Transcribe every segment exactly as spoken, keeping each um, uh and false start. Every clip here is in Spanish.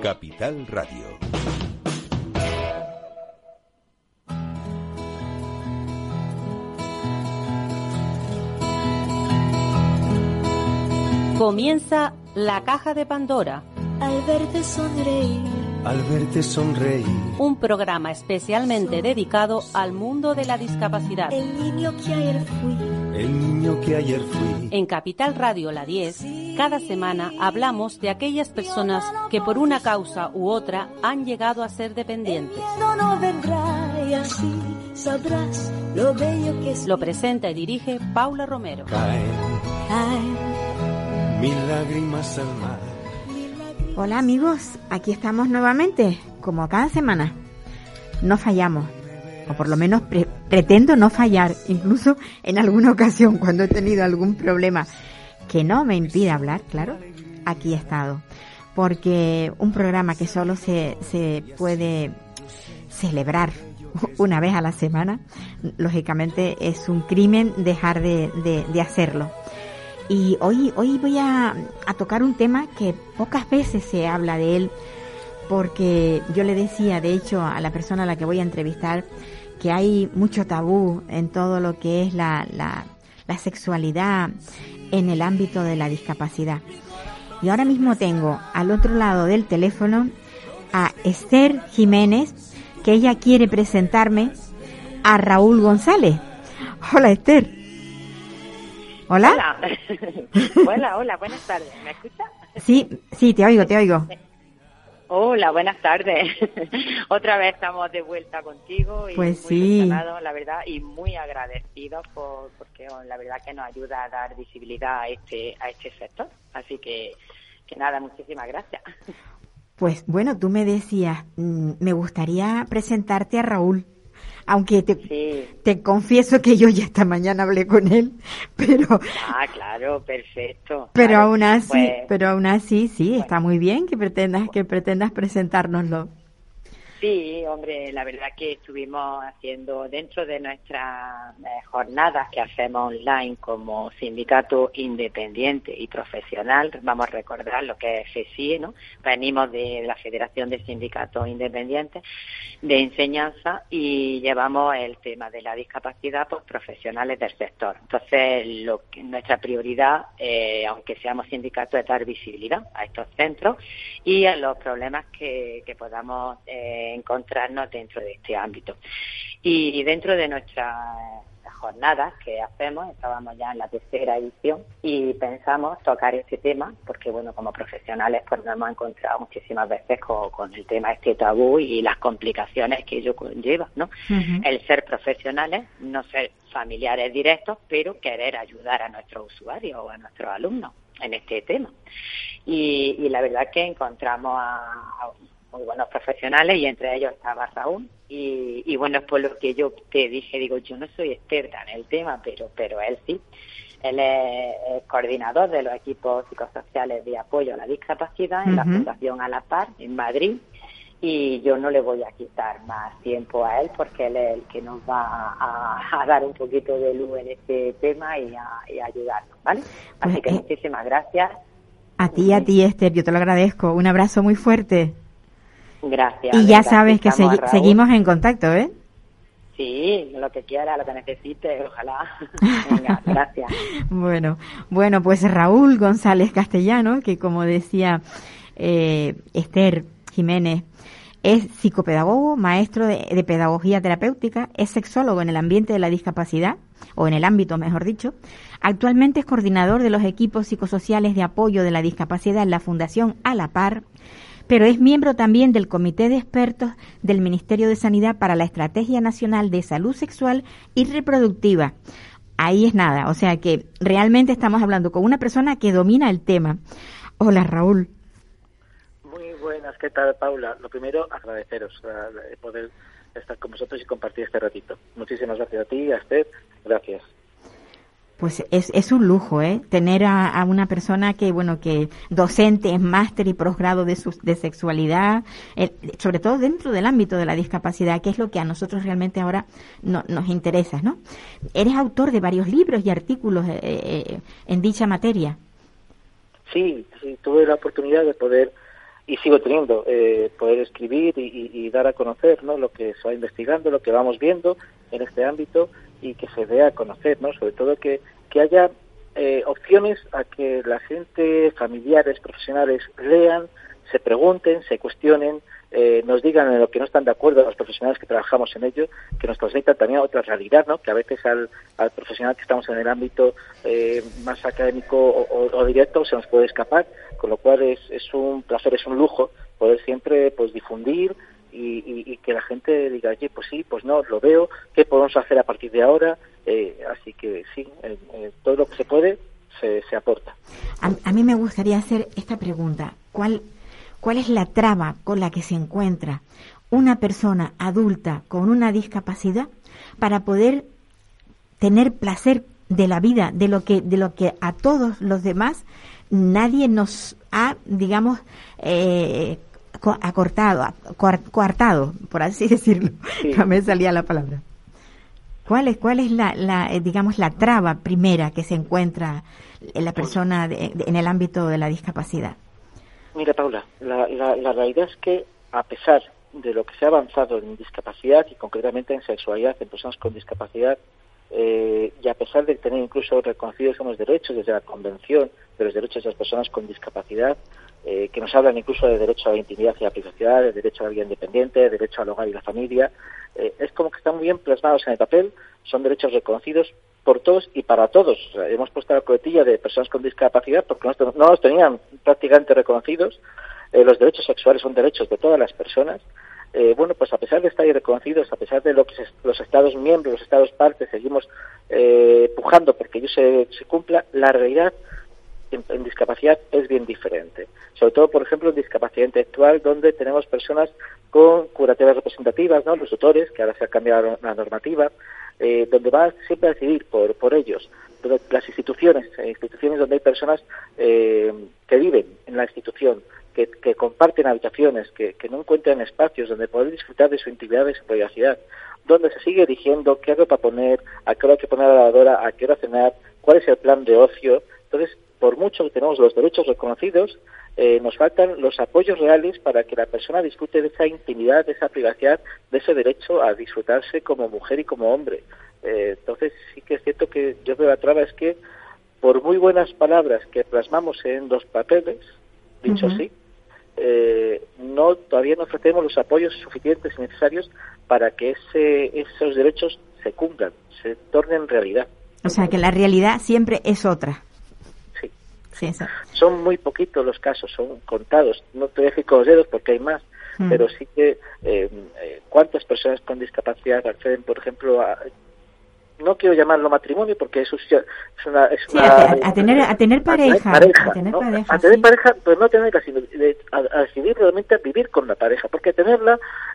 Capital Radio. Comienza La Caja de Pandora. Al verte sonreír. Al verte sonreír. Un programa especialmente dedicado al mundo de la discapacidad. El niño que ayer fui. El niño que ayer fui. En Capital Radio La diez, cada semana hablamos de aquellas personas que por una causa u otra han llegado a ser dependientes. El miedo no vendrá y así sabrás lo bello que es. Lo presenta y dirige Paula Romero. Caen, Caen mil lágrimas al mar. Hola amigos, aquí estamos nuevamente, como cada semana. No fallamos, o por lo menos pre- pretendo no fallar, incluso en alguna ocasión cuando he tenido algún problema que no me impida hablar, claro, aquí he estado. Porque un programa que solo se, se puede celebrar una vez a la semana, lógicamente es un crimen dejar de, de, de hacerlo. Y hoy, hoy voy a, a tocar un tema que pocas veces se habla de él, porque yo le decía, de hecho, a la persona a la que voy a entrevistar, que hay mucho tabú en todo lo que es la, la, la sexualidad en el ámbito de la discapacidad. Y ahora mismo tengo al otro lado del teléfono a Esther Jiménez, que ella quiere presentarme a Raúl González. Hola, Esther. ¿Hola? Hola. Hola, hola, buenas tardes. ¿Me escuchas? Sí, sí, te oigo, te oigo. Hola, buenas tardes. Otra vez estamos de vuelta contigo y pues muy sí. emocionados, la verdad, y muy agradecidos por porque oh, la verdad que nos ayuda a dar visibilidad a este a este sector. Así que que nada, muchísimas gracias. Pues bueno, tú me decías, mmm, me gustaría presentarte a Raúl. Aunque te, sí. te confieso que yo ya esta mañana hablé con él, pero ah, claro, perfecto. Pero claro. aún así, pues, pero aún así, sí, bueno. Está muy bien que pretendas que pretendas presentárnoslo. Sí, hombre, la verdad que estuvimos haciendo dentro de nuestras eh, jornadas que hacemos online como sindicato independiente y profesional, vamos a recordar lo que es F E S I E, ¿no? Venimos de la Federación de Sindicatos Independientes de Enseñanza y llevamos el tema de la discapacidad por profesionales del sector. Entonces, lo que, nuestra prioridad, eh, aunque seamos sindicatos, es dar visibilidad a estos centros y a los problemas que, que podamos eh, encontrarnos dentro de este ámbito. Y dentro de nuestras jornadas que hacemos, estábamos ya en la tercera edición y pensamos tocar este tema porque, bueno, como profesionales pues nos hemos encontrado muchísimas veces con, con el tema este tabú y las complicaciones que ello conlleva, ¿no? Uh-huh. El ser profesionales, no ser familiares directos, pero querer ayudar a nuestros usuarios o a nuestros alumnos en este tema. Y, y la verdad que encontramos a, a muy buenos profesionales y entre ellos estaba Raúl y, y bueno, es por lo que yo te dije, digo, yo no soy experta en el tema, pero pero él sí. Él es, es coordinador de los equipos psicosociales de apoyo a la discapacidad en uh-huh. la Fundación A la Par en Madrid y yo no le voy a quitar más tiempo a él porque él es el que nos va a, a dar un poquito de luz en este tema y a, y a ayudarnos, ¿vale? Así pues, que eh, muchísimas gracias. A ti, a ti, Esther, yo te lo agradezco. Un abrazo muy fuerte. Gracias. Y ya sabes que segui- seguimos en contacto, ¿eh? Sí, lo que quiera, lo que necesite, ojalá. Venga, gracias. Bueno, bueno, pues Raúl González Castellano, que como decía eh, Esther Jiménez, es psicopedagogo, maestro de, de pedagogía terapéutica, es sexólogo en el ambiente de la discapacidad, o en el ámbito, mejor dicho. Actualmente es coordinador de los equipos psicosociales de apoyo de la discapacidad en la Fundación A la Par, pero es miembro también del Comité de Expertos del Ministerio de Sanidad para la Estrategia Nacional de Salud Sexual y Reproductiva. Ahí es nada, o sea que realmente estamos hablando con una persona que domina el tema. Hola, Raúl. Muy buenas, ¿qué tal, Paula? Lo primero, agradeceros uh, poder estar con vosotros y compartir este ratito. Muchísimas gracias a ti, a Esther, gracias. Pues es, es un lujo, ¿eh? Tener a, a una persona que, bueno, que docente en máster y posgrado de, su, de sexualidad, eh, sobre todo dentro del ámbito de la discapacidad, que es lo que a nosotros realmente ahora no, nos interesa, ¿no? Eres autor de varios libros y artículos eh, eh, en dicha materia. Sí, sí, tuve la oportunidad de poder y sigo teniendo, eh, poder escribir y, y, y dar a conocer, ¿no?, lo que se va investigando, lo que vamos viendo en este ámbito y que se dé a conocer, ¿no?, sobre todo que, que haya eh, opciones a que la gente, familiares, profesionales, lean, se pregunten, se cuestionen, eh, nos digan en lo que no están de acuerdo los profesionales que trabajamos en ello, que nos transmitan también a otra realidad, ¿no?, que a veces al, al profesional que estamos en el ámbito eh, más académico o, o, o directo se nos puede escapar, con lo cual es, es un placer, es un lujo poder siempre pues difundir y, y, y que la gente diga, oye, pues sí, pues no, lo veo, ¿qué podemos hacer a partir de ahora? Eh, así que sí, eh, eh, todo lo que se puede se, se aporta. A, a mí me gustaría hacer esta pregunta, ¿cuál ¿Cuál es la traba con la que se encuentra una persona adulta con una discapacidad para poder tener placer de la vida, de lo que, de lo que a todos los demás nadie nos ha, digamos, eh, acortado, coartado, por así decirlo? Sí. No me salía la palabra. ¿Cuál es, cuál es la, la, digamos, la traba primera que se encuentra en la persona de, de, en el ámbito de la discapacidad? Mira, Paula, la, la, la realidad es que, a pesar de lo que se ha avanzado en discapacidad y concretamente en sexualidad en personas con discapacidad, eh, y a pesar de tener incluso reconocidos unos derechos desde la Convención de los Derechos de las Personas con Discapacidad, eh, que nos hablan incluso de derecho a la intimidad y la privacidad, de derecho a la vida independiente, de derecho al hogar y la familia, eh, es como que están muy bien plasmados en el papel, son derechos reconocidos por todos y para todos. O sea, hemos puesto la coletilla de personas con discapacidad porque no, no los tenían prácticamente reconocidos. Eh, los derechos sexuales son derechos de todas las personas. Eh, bueno, pues a pesar de estar ahí reconocidos, a pesar de lo que se, los Estados miembros, los Estados partes, seguimos eh, pujando porque ello se, se cumpla, la realidad en, en discapacidad es bien diferente. Sobre todo, por ejemplo, en discapacidad intelectual, donde tenemos personas con curativas representativas, ¿no?, los tutores, que ahora se ha cambiado la normativa, Eh, donde va siempre a decidir por por ellos, donde las instituciones, eh, instituciones donde hay personas eh, que viven en la institución, que, que comparten habitaciones, que, que no encuentran espacios donde poder disfrutar de su intimidad, de su privacidad, donde se sigue eligiendo qué ropa poner, a qué hora hay que poner a la lavadora, a qué hora cenar, cuál es el plan de ocio. Entonces, por mucho que tenemos los derechos reconocidos, eh, nos faltan los apoyos reales para que la persona disfrute de esa intimidad, de esa privacidad, de ese derecho a disfrutarse como mujer y como hombre. Eh, entonces, sí que es cierto que yo veo la traba es que, por muy buenas palabras que plasmamos en los papeles, dicho uh-huh. así, eh, no todavía no ofrecemos los apoyos suficientes y necesarios para que ese, esos derechos se cumplan, se tornen realidad. O sea, que la realidad siempre es otra. Sí, son muy poquitos los casos, son contados. No te voy a decir con los dedos porque hay más, mm. pero sí que eh, eh, cuántas personas con discapacidad acceden, por ejemplo, a, no quiero llamarlo matrimonio porque eso es una, es sí, una a, a tener a tener pareja, a tener pareja, a tener ¿no? pareja, a tener sí. pareja, pero no tenerla, sino de, a, a decidir realmente a vivir con la pareja, porque tenerla,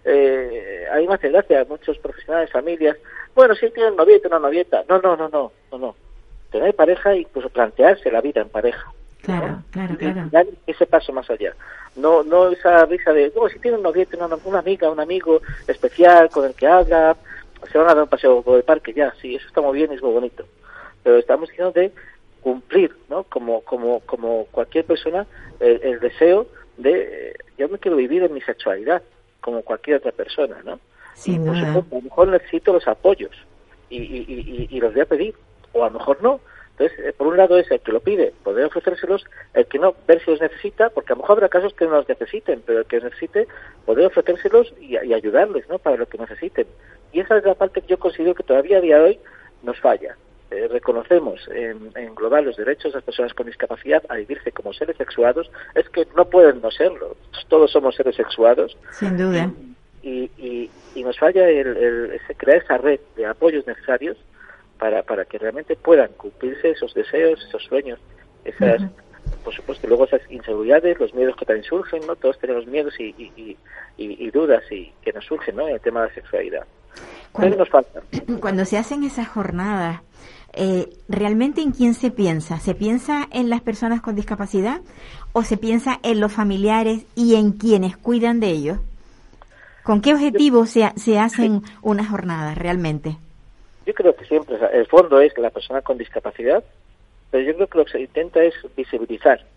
eh, a mí me hace gracia a muchos profesionales, familias, bueno, sí tienen novieta, una novieta, no, no, no, no, no, no. Tener pareja e incluso plantearse la vida en pareja. Claro, ¿no? claro, y, claro. Y dar ese paso más allá. No no esa risa de, no, si tiene un noviete, una, una amiga, un amigo especial con el que habla, se van a dar un paseo por el parque, ya, sí, eso está muy bien y es muy bonito. Pero estamos diciendo de cumplir, ¿no? Como como como cualquier persona, el, el deseo de, eh, yo me quiero vivir en mi sexualidad, como cualquier otra persona, ¿no? Sin y, por duda. supuesto, a lo mejor necesito los apoyos y, y, y, y los voy a pedir, o a lo mejor no. Entonces, eh, por un lado es el que lo pide, poder ofrecérselos, el que no, ver si los necesita, porque a lo mejor habrá casos que no los necesiten, pero el que los necesite, poder ofrecérselos y, y ayudarles, ¿no?, para lo que necesiten. Y esa es la parte que yo considero que todavía a día de hoy nos falla. Eh, reconocemos en, en global los derechos de las personas con discapacidad a vivirse como seres sexuados, es que no pueden no serlo, todos somos seres sexuados. Sin duda. Y, y, y nos falla el, el, ese, crear esa red de apoyos necesarios para para que realmente puedan cumplirse esos deseos, esos sueños, esas, uh-huh. por supuesto, luego esas inseguridades, los miedos que también surgen, ¿no? Todos tenemos miedos y, y, y, y, y dudas y que nos surgen, ¿no?, en el tema de la sexualidad. Cuando, nos falta. Cuando se hacen esas jornadas, eh, ¿realmente en quién se piensa? ¿Se piensa en las personas con discapacidad o se piensa en los familiares y en quienes cuidan de ellos? ¿Con qué objetivo se, se hacen sí. unas jornadas realmente? Yo creo que siempre, el fondo es la persona con discapacidad, pero yo creo que lo que se intenta es visibilizar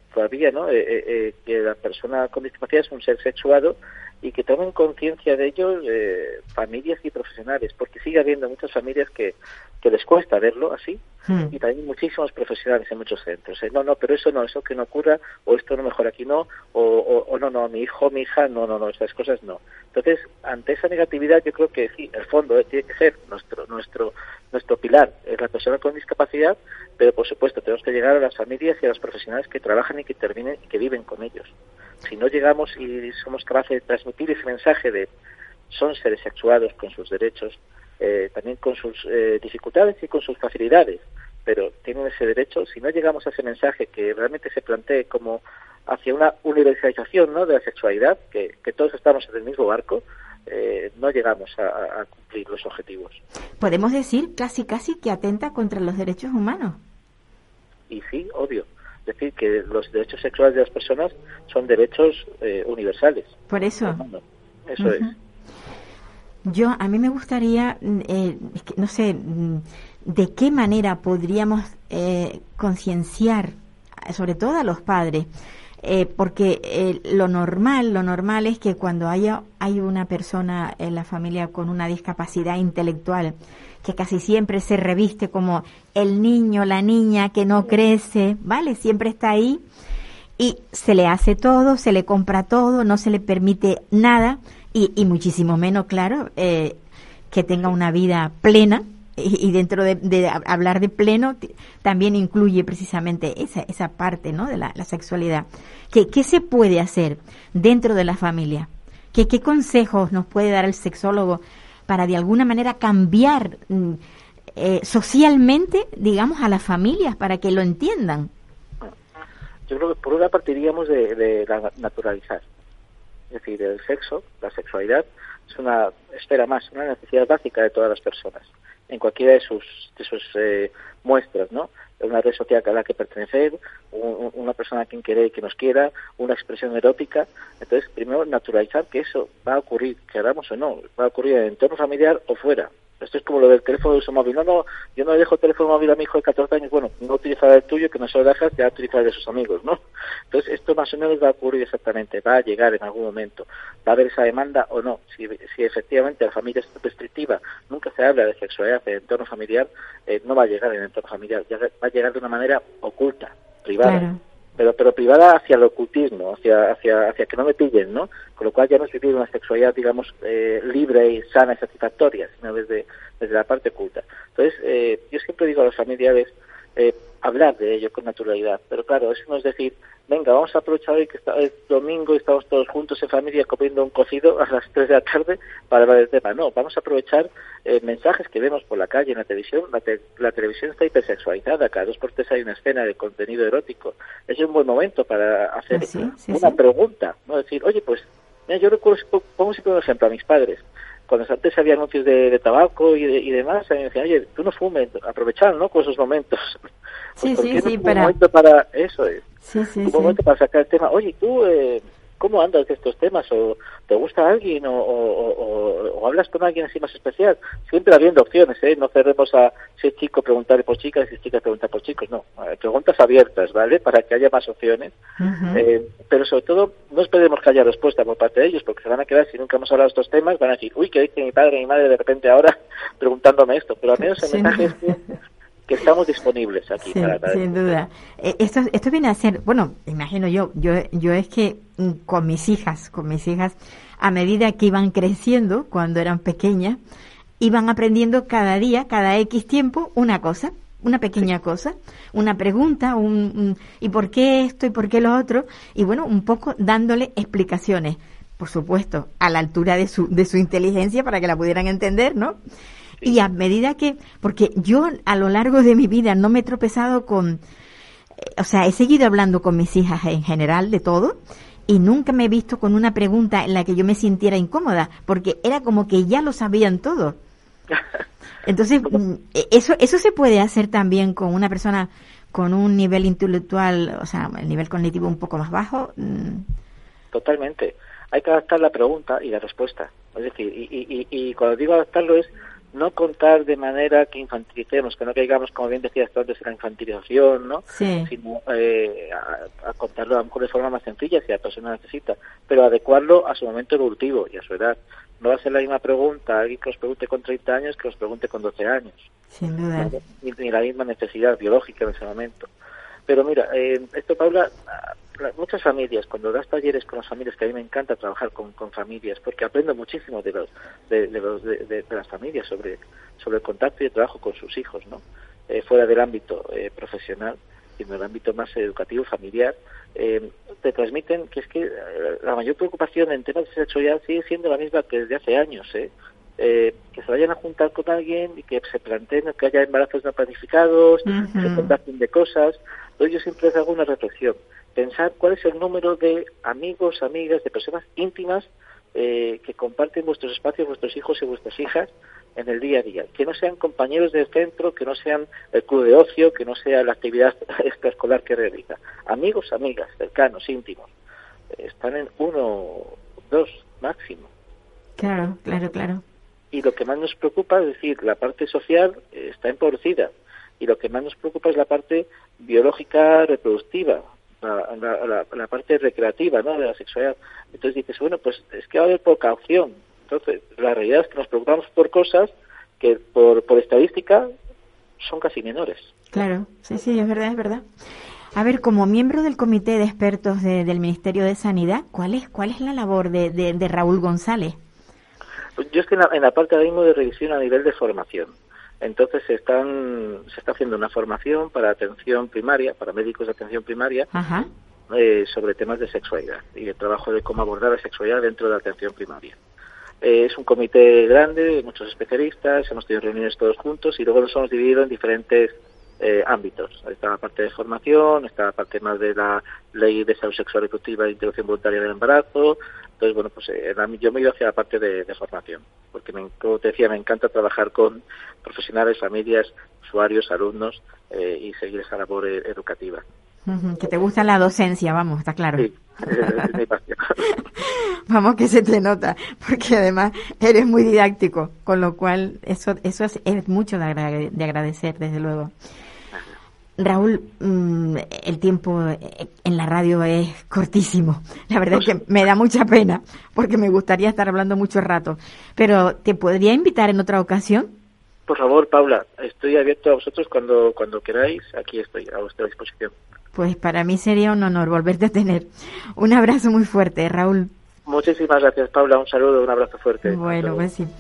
todavía, ¿no? Eh, eh, que la persona con discapacidad es un ser sexuado y que tomen conciencia de ello eh, familias y profesionales, porque sigue habiendo muchas familias que, que les cuesta verlo así, hmm. y también muchísimos profesionales en muchos centros. Eh, no, no, pero eso no, eso que no ocurra, o esto no mejor aquí no, o, o, o no, no, mi hijo, mi hija, no, no, no, estas cosas no. Entonces, ante esa negatividad, yo creo que sí, el fondo eh, tiene que ser nuestro, nuestro, nuestro pilar, es la persona con discapacidad, pero por supuesto tenemos que llegar a las familias y a los profesionales que trabajan y que intervienen y que viven con ellos. Si no llegamos y somos capaces de transmitir ese mensaje de son seres sexuados con sus derechos, eh, también con sus eh, dificultades y con sus facilidades, pero tienen ese derecho, si no llegamos a ese mensaje que realmente se plantee como hacia una universalización, ¿no?, de la sexualidad, que, que todos estamos en el mismo barco, eh, no llegamos a, a cumplir los objetivos. Podemos decir casi casi que atenta contra los derechos humanos. Y sí, obvio. Es decir, que los derechos sexuales de las personas son derechos eh, universales. Por eso. Eso uh-huh. es. Yo, a mí me gustaría, eh, no sé, de qué manera podríamos eh, concienciar, sobre todo a los padres, eh, porque eh, lo normal, lo normal es que cuando haya hay una persona en la familia con una discapacidad intelectual, que casi siempre se reviste como el niño, la niña que no crece, ¿vale? Siempre está ahí y se le hace todo, se le compra todo, no se le permite nada y, y muchísimo menos, claro, eh, que tenga una vida plena y, y dentro de, de hablar de pleno t- también incluye precisamente esa esa parte, ¿no?, de la, la sexualidad. ¿Qué, ¿Qué se puede hacer dentro de la familia? ¿Qué, qué consejos nos puede dar el sexólogo para de alguna manera cambiar eh, socialmente, digamos, a las familias para que lo entiendan? Yo creo que por una parte diríamos de, de la naturalizar. Es decir, el sexo, la sexualidad, es una esfera más, una necesidad básica de todas las personas, en cualquiera de sus, de sus eh, muestras, ¿no? Una red social a la que pertenecer, un, una persona a quien querer y que nos quiera, una expresión erótica. Entonces, primero, naturalizar que eso va a ocurrir, queramos o no, va a ocurrir en el entorno familiar o fuera. Esto es como lo del teléfono de uso móvil. No, no, yo no le dejo el teléfono móvil a mi hijo de catorce años. Bueno, no utilizará el tuyo, que no se lo dejas, ya utilizará el de sus amigos, ¿no? Entonces, esto más o menos va a ocurrir exactamente, va a llegar en algún momento. Va a haber esa demanda o no. Si, si efectivamente la familia es restrictiva, nunca se habla de sexualidad en el entorno familiar, eh, no va a llegar en el entorno familiar, ya va a llegar de una manera oculta, privada. Claro. Pero, pero privada hacia el ocultismo, hacia, hacia, hacia que no me pillen, ¿no? Con lo cual ya no es vivir una sexualidad, digamos, eh, libre y sana y satisfactoria, sino desde, desde la parte oculta. Entonces, eh, yo siempre digo a los familiares, eh, hablar de ello con naturalidad, pero claro, eso no es decir, venga, vamos a aprovechar hoy que está el domingo y estamos todos juntos en familia comiendo un cocido a las tres de la tarde para hablar del tema. No, vamos a aprovechar eh, mensajes que vemos por la calle, en la televisión. La, te- la televisión está hipersexualizada, cada dos por tres hay una escena de contenido erótico. Es un buen momento para hacer sí, sí, una sí. pregunta, no decir, oye, pues, mira, yo recuerdo, pongo siempre un ejemplo a mis padres. Cuando antes había anuncios de, de tabaco y, de, y demás, a mí me decían, oye, tú no fumes, aprovechar, ¿no?, con esos momentos. Sí, Pues, sí, no sí, un para... momento para eso es. Sí, sí, un sí. momento para sacar el tema. Oye, ¿tú eh, cómo andas de estos temas? ¿O te gusta alguien? O, o, o, o hablas con alguien así más especial? Siempre habiendo opciones, ¿eh? No cerremos a si es chico preguntar por chicas y si es chica preguntar por chicos. No, eh, preguntas abiertas, ¿vale? Para que haya más opciones. Uh-huh. Eh, pero sobre todo, no esperemos que haya respuesta por parte de ellos, porque se van a quedar, si nunca hemos hablado de estos temas, van a decir, uy, que dice mi padre y mi madre de repente ahora preguntándome esto. Pero al menos el sí. mensaje es que... que estamos disponibles aquí. Sí, para, para sin duda. Eh, esto esto viene a ser, bueno, imagino yo, yo yo es que mm, con mis hijas, con mis hijas, a medida que iban creciendo, cuando eran pequeñas, iban aprendiendo cada día, cada X tiempo, una cosa, una pequeña sí. cosa, una pregunta, un, un ¿y por qué esto y por qué lo otro? Y bueno, un poco dándole explicaciones, por supuesto, a la altura de su de su inteligencia para que la pudieran entender, ¿no? Y a medida que, porque yo a lo largo de mi vida no me he tropezado con, o sea, he seguido hablando con mis hijas en general de todo y nunca me he visto con una pregunta en la que yo me sintiera incómoda, porque era como que ya lo sabían todo. Entonces, eso eso se puede hacer también con una persona con un nivel intelectual, o sea, el nivel cognitivo un poco más bajo. Totalmente. Hay que adaptar la pregunta y la respuesta. Es decir, y, y, y, y cuando digo adaptarlo es no contar de manera que infantilicemos, que no caigamos, como bien decías tú antes, en la infantilización, ¿no? Sí. Sino eh, a, a contarlo a lo mejor de forma más sencilla si la persona necesita, pero adecuarlo a su momento evolutivo y a su edad. No va a ser la misma pregunta a alguien que os pregunte con treinta años que os pregunte con doce años. Sin duda. ¿No? Ni, ni la misma necesidad biológica en ese momento. Pero mira, eh, esto, Paula, muchas familias, cuando das talleres con las familias, que a mí me encanta trabajar con, con familias, porque aprendo muchísimo de los de, de, los, de, de, de las familias sobre, sobre el contacto y el trabajo con sus hijos, ¿no? Eh, fuera del ámbito eh, profesional, sino el ámbito más educativo, familiar, eh, te transmiten que es que eh, la mayor preocupación en temas de sexualidad sigue siendo la misma que desde hace años, ¿eh? Eh, que se vayan a juntar con alguien y que se planteen que haya embarazos no planificados, uh-huh. que se contacten de cosas. Entonces yo siempre les hago una reflexión, pensar cuál es el número de amigos, amigas, de personas íntimas eh, que comparten vuestros espacios, vuestros hijos y vuestras hijas en el día a día, que no sean compañeros del centro, que no sean el club de ocio, que no sea la actividad extraescolar que realiza. Amigos, amigas, cercanos, íntimos, eh, están en uno, dos máximo. Claro, claro, claro. Y lo que más nos preocupa, es decir, la parte social eh, está empobrecida, y lo que más nos preocupa es la parte biológica reproductiva, la, la, la, la parte recreativa, ¿no?, de la sexualidad. Entonces dices, bueno, pues es que va a haber poca opción. Entonces, la realidad es que nos preocupamos por cosas que por, por estadística son casi menores. Claro, sí, sí, es verdad, es verdad. A ver, como miembro del comité de expertos de, del Ministerio de Sanidad, ¿cuál es cuál es la labor de, de, de Raúl González? Yo estoy en la, en la parte ahora mismo de revisión a nivel de formación. Entonces se están se está haciendo una formación para atención primaria, para médicos de atención primaria, Ajá. Eh, sobre temas de sexualidad y el trabajo de cómo abordar la sexualidad dentro de la atención primaria. Eh, es un comité grande, muchos especialistas, hemos tenido reuniones todos juntos y luego nos hemos dividido en diferentes eh, ámbitos. Está la parte de formación, está la parte más de la ley de salud sexual y reproductiva e interrupción voluntaria del embarazo. Entonces, bueno, pues eh, yo me he ido hacia la parte de, de formación, porque, me, como te decía, me encanta trabajar con profesionales, familias, usuarios, alumnos eh, y seguir esa labor eh, educativa. Uh-huh, que te gusta la docencia, vamos, está claro. Sí, es mi pasión. Vamos, que se te nota, porque además eres muy didáctico, con lo cual eso eso es, es mucho de, agra- de agradecer, desde luego. Raúl, mmm, el tiempo en la radio es cortísimo. La verdad es que me da mucha pena, porque me gustaría estar hablando mucho rato. Pero, ¿te podría invitar en otra ocasión? Por favor, Paula, estoy abierto a vosotros cuando cuando queráis. Aquí estoy, a vuestra disposición. Pues para mí sería un honor volverte a tener. Un abrazo muy fuerte, Raúl. Muchísimas gracias, Paula. Un saludo, un abrazo fuerte. Bueno, pues sí.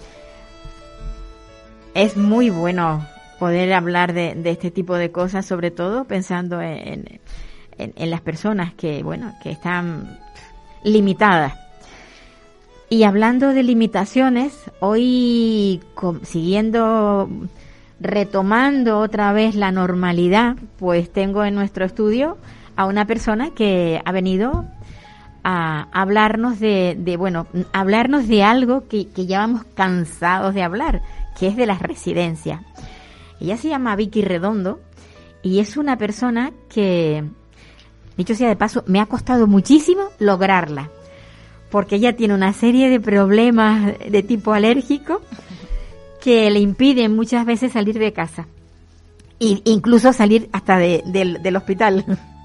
Es muy bueno poder hablar de, de este tipo de cosas, sobre todo pensando en, en, en las personas que, bueno, que están limitadas. Y hablando de limitaciones, hoy com, siguiendo, retomando otra vez la normalidad, pues tengo en nuestro estudio a una persona que ha venido a hablarnos de, de bueno, hablarnos de algo que, que ya vamos cansados de hablar, que es de las residencias. Ella se llama Vicky Redondo y es una persona que, dicho sea de paso, me ha costado muchísimo lograrla, porque ella tiene una serie de problemas de tipo alérgico que le impiden muchas veces salir de casa, e incluso salir hasta de, de, del hospital.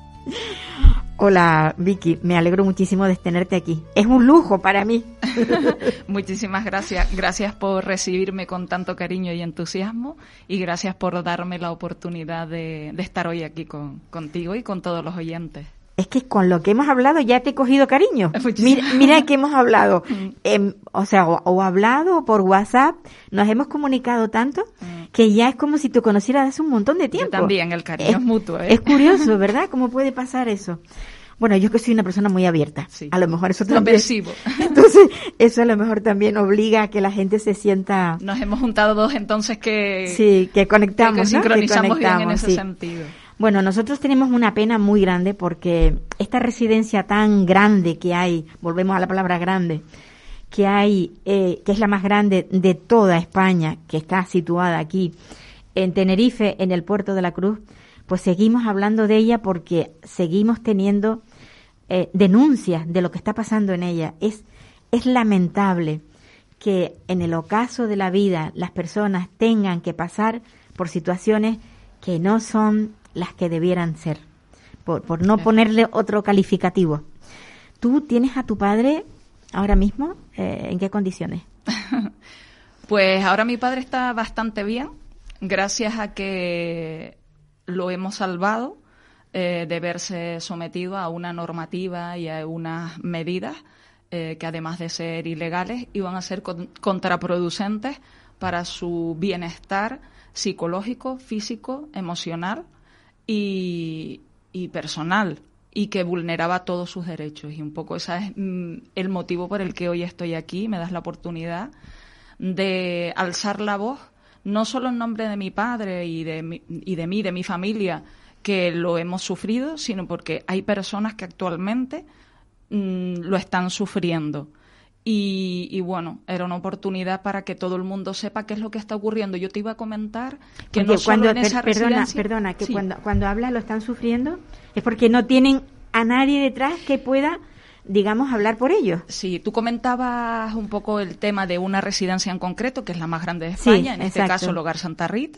Hola, Vicky, me alegro muchísimo de tenerte aquí. Es un lujo para mí. Muchísimas gracias. Gracias por recibirme con tanto cariño y entusiasmo y gracias por darme la oportunidad de, de estar hoy aquí con, contigo y con todos los oyentes. Es que con lo que hemos hablado ya te he cogido cariño. Mira, mira que hemos hablado, eh, o sea, o, o hablado por WhatsApp, nos hemos comunicado tanto que ya es como si te conocieras hace un montón de tiempo. Yo también, el cariño es, es mutuo. ¿eh? Es curioso, ¿verdad? ¿Cómo puede pasar eso? Bueno, yo que soy una persona muy abierta. Sí. A lo mejor eso también. Lo percibo. Entonces, eso a lo mejor también obliga a que la gente se sienta. Nos hemos juntado dos entonces que. Sí, que conectamos. Que sincronizamos, ¿no? que conectamos bien en ese sí. sentido. Bueno, nosotros tenemos una pena muy grande porque esta residencia tan grande que hay, volvemos a la palabra grande, que hay, eh, que es la más grande de toda España, que está situada aquí en Tenerife, en el Puerto de la Cruz, pues seguimos hablando de ella porque seguimos teniendo eh, denuncias de lo que está pasando en ella. Es, es lamentable que en el ocaso de la vida las personas tengan que pasar por situaciones que no son las que debieran ser, por, por no ponerle otro calificativo. ¿Tú tienes a tu padre ahora mismo? Eh, ¿En qué condiciones? Pues ahora mi padre está bastante bien, gracias a que lo hemos salvado eh, de verse sometido a una normativa y a unas medidas eh, que, además de ser ilegales, iban a ser con, contraproducentes para su bienestar psicológico, físico, emocional y, y personal, y que vulneraba todos sus derechos. Y un poco ese es mm, el motivo por el que hoy estoy aquí. Me das la oportunidad de alzar la voz, no solo en nombre de mi padre y de, mi, y de mí, de mi familia, que lo hemos sufrido, sino porque hay personas que actualmente mm, lo están sufriendo. Y, y bueno, era una oportunidad para que todo el mundo sepa qué es lo que está ocurriendo. Yo te iba a comentar que Oye, no solo cuando, en esa per, perdona, residencia... Perdona, que sí. cuando, cuando hablas lo están sufriendo, es porque no tienen a nadie detrás que pueda, digamos, hablar por ellos. Sí, tú comentabas un poco el tema de una residencia en concreto, que es la más grande de España, Sí, en este exacto. caso el Hogar Santa Rita,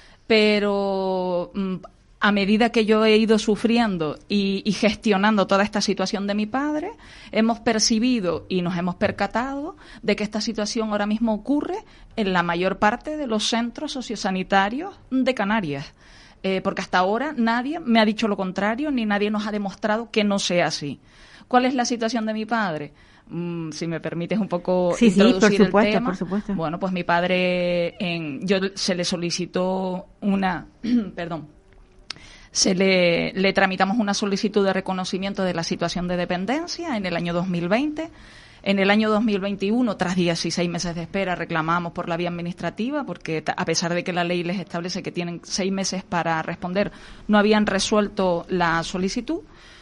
pero mm, a medida que yo he ido sufriendo y, y gestionando toda esta situación de mi padre, hemos percibido y nos hemos percatado de que esta situación ahora mismo ocurre en la mayor parte de los centros sociosanitarios de Canarias. Eh, porque hasta ahora nadie me ha dicho lo contrario, ni nadie nos ha demostrado que no sea así. ¿Cuál es la situación de mi padre? Mm, si me permites un poco sí, introducir sí, por supuesto, el tema. por supuesto. Bueno, pues mi padre, en, yo se le solicitó una, perdón, se le, le tramitamos una solicitud de reconocimiento de la situación de dependencia en el año dos mil veinte. En el año dos mil veintiuno, tras dieciséis meses de espera, reclamamos por la vía administrativa, porque a pesar de que la ley les establece que tienen seis meses para responder, no habían resuelto la solicitud.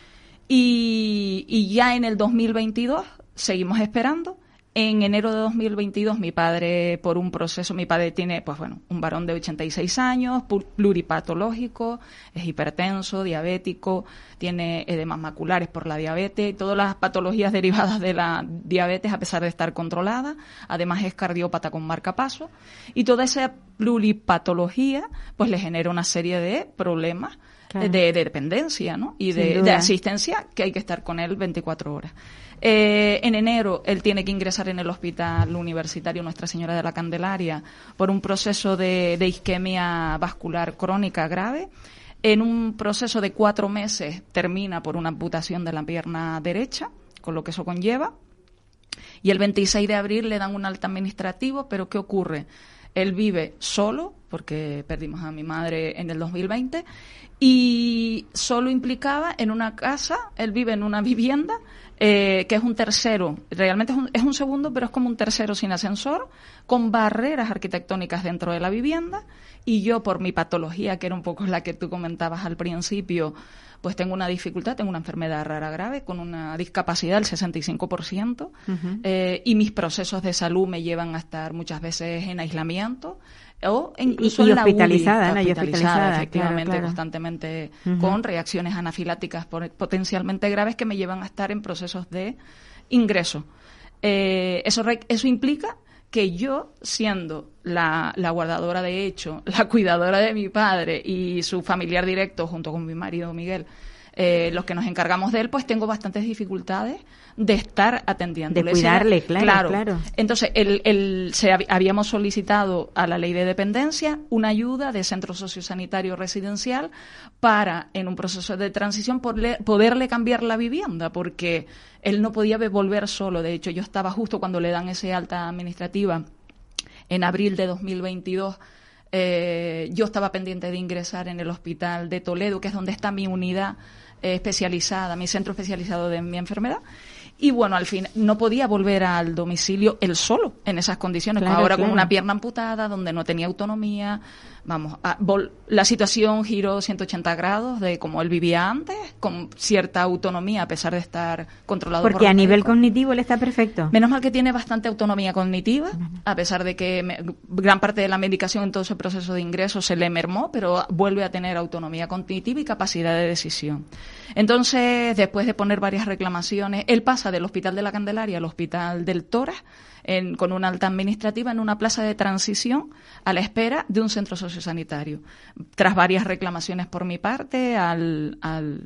Y, y ya en el dos mil veintidós seguimos esperando. En enero de dos mil veintidós, mi padre, por un proceso, mi padre tiene, pues bueno, un varón de ochenta y seis años, pluripatológico, es hipertenso, diabético, tiene edemas maculares por la diabetes y todas las patologías derivadas de la diabetes, a pesar de estar controlada. Además es cardiópata con marcapaso. Y toda esa pluripatología, pues le genera una serie de problemas. Claro. De, de dependencia, ¿no? Y de, de asistencia, que hay que estar con él veinticuatro horas. Eh, en enero él tiene que ingresar en el Hospital Universitario Nuestra Señora de la Candelaria por un proceso de, de isquemia vascular crónica grave. En un proceso de cuatro meses termina por una amputación de la pierna derecha, con lo que eso conlleva. Y el veintiséis de abril le dan un alta administrativo, pero ¿qué ocurre? Él vive solo, porque perdimos a mi madre en el dos mil veinte, y solo implicaba en una casa, él vive en una vivienda, eh, que es un tercero, realmente es un, es un segundo, pero es como un tercero sin ascensor, con barreras arquitectónicas dentro de la vivienda, y yo, por mi patología, que era un poco la que tú comentabas al principio, pues tengo una dificultad, tengo una enfermedad rara grave con una discapacidad del sesenta y cinco por ciento, uh-huh. eh, y mis procesos de salud me llevan a estar muchas veces en aislamiento o incluso y, y en la hospitalizada, U D I, ¿no? hospitalizada, hospitalizada, efectivamente, claro, claro. constantemente uh-huh. con reacciones anafiláticas por, potencialmente graves que me llevan a estar en procesos de ingreso. Eh, eso, eso implica que yo, siendo la, la guardadora de hecho, la cuidadora de mi padre y su familiar directo junto con mi marido Miguel, eh, los que nos encargamos de él, pues tengo bastantes dificultades de estar atendiéndole. De cuidarle, claro, claro. claro. Entonces, el, el, se, habíamos solicitado a la ley de dependencia una ayuda de centro sociosanitario residencial para, en un proceso de transición, poderle, poderle cambiar la vivienda, porque él no podía volver solo. De hecho, yo estaba justo cuando le dan ese alta administrativa, en abril de dos mil veintidós, eh, yo estaba pendiente de ingresar en el hospital de Toledo, que es donde está mi unidad eh, especializada, mi centro especializado de mi enfermedad. Y bueno, al fin no podía volver al domicilio él solo en esas condiciones, claro, ahora claro. con una pierna amputada, donde no tenía autonomía. Vamos, a, vol, la situación giró ciento ochenta grados de como él vivía antes, con cierta autonomía a pesar de estar controlado por Porque a nivel médicos. Cognitivo él está perfecto. Menos mal que tiene bastante autonomía cognitiva, a pesar de que me, gran parte de la medicación en todo ese proceso de ingreso se le mermó, pero vuelve a tener autonomía cognitiva y capacidad de decisión. Entonces, después de poner varias reclamaciones, él pasa del Hospital de la Candelaria al Hospital del Tórax, en, con una alta administrativa en una plaza de transición a la espera de un centro sociosanitario. Tras varias reclamaciones por mi parte al... al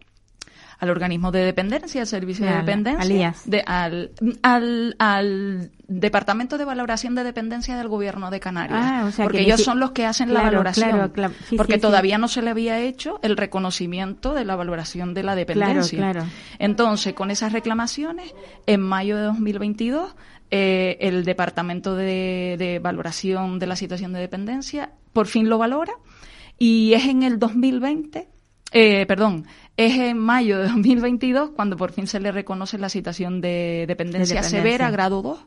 al organismo de dependencia, al servicio de dependencia, de, al, al, al Departamento de Valoración de Dependencia del Gobierno de Canarias, ah, o sea, porque ellos son los que hacen claro, la valoración, claro, claro. Sí, porque sí, todavía sí. no se le había hecho el reconocimiento de la valoración de la dependencia. Claro, claro. Entonces, con esas reclamaciones, en mayo de dos mil veintidós, eh, el Departamento de, de Valoración de la Situación de Dependencia por fin lo valora, y es en el dos mil veinte... Eh, perdón, es en mayo de dos mil veintidós cuando por fin se le reconoce la situación de dependencia, de dependencia. severa, grado dos.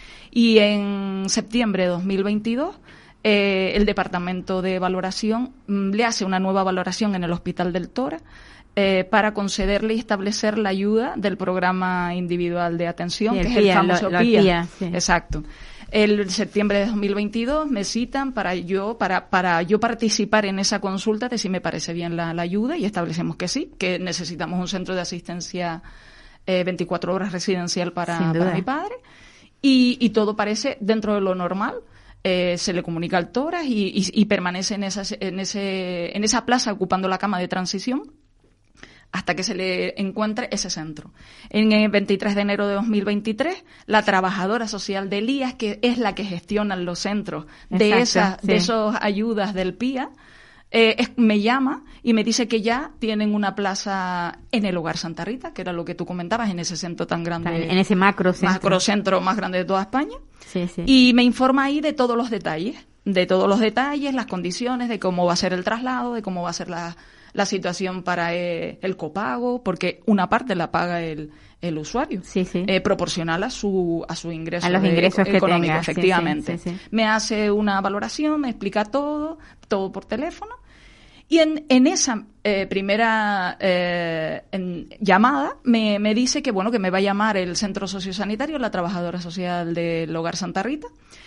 Y en septiembre de dos mil veintidós eh, el Departamento de Valoración mm, le hace una nueva valoración en el Hospital del Tora eh, para concederle y establecer la ayuda del programa individual de atención, sí, que es el famoso P I A. P I A sí. Exacto. El septiembre de dos mil veintidós me citan para yo para para yo participar en esa consulta de si me parece bien la, la ayuda, y establecemos que sí, que necesitamos un centro de asistencia eh, veinticuatro horas residencial para, para mi padre, y, y todo parece dentro de lo normal. Eh, se le comunica al Toras y, y, y permanece en esa, en, ese, en esa plaza ocupando la cama de transición hasta que se le encuentre ese centro. En el veintitrés de enero de dos mil veintitrés, la trabajadora social del I A S, que es la que gestiona los centros de Exacto, esas sí. de esas ayudas del P I A, eh, es, me llama y me dice que ya tienen una plaza en el Hogar Santa Rita, que era lo que tú comentabas, en ese centro tan grande. En ese macrocentro. Macrocentro más grande de toda España. Sí, sí. Y me informa ahí de todos los detalles, de todos los detalles, las condiciones, de cómo va a ser el traslado, de cómo va a ser la... la situación para eh, el copago, porque una parte la paga el, el usuario, sí, sí. Eh, proporcional a su a su ingreso, a los ingresos de, que económico, tenga. efectivamente. Sí, sí, sí. Me hace una valoración, me explica todo, todo por teléfono, y en, en esa eh, primera eh, en llamada me, me dice que bueno que me va a llamar el centro sociosanitario, la trabajadora social del Hogar Santa Rita,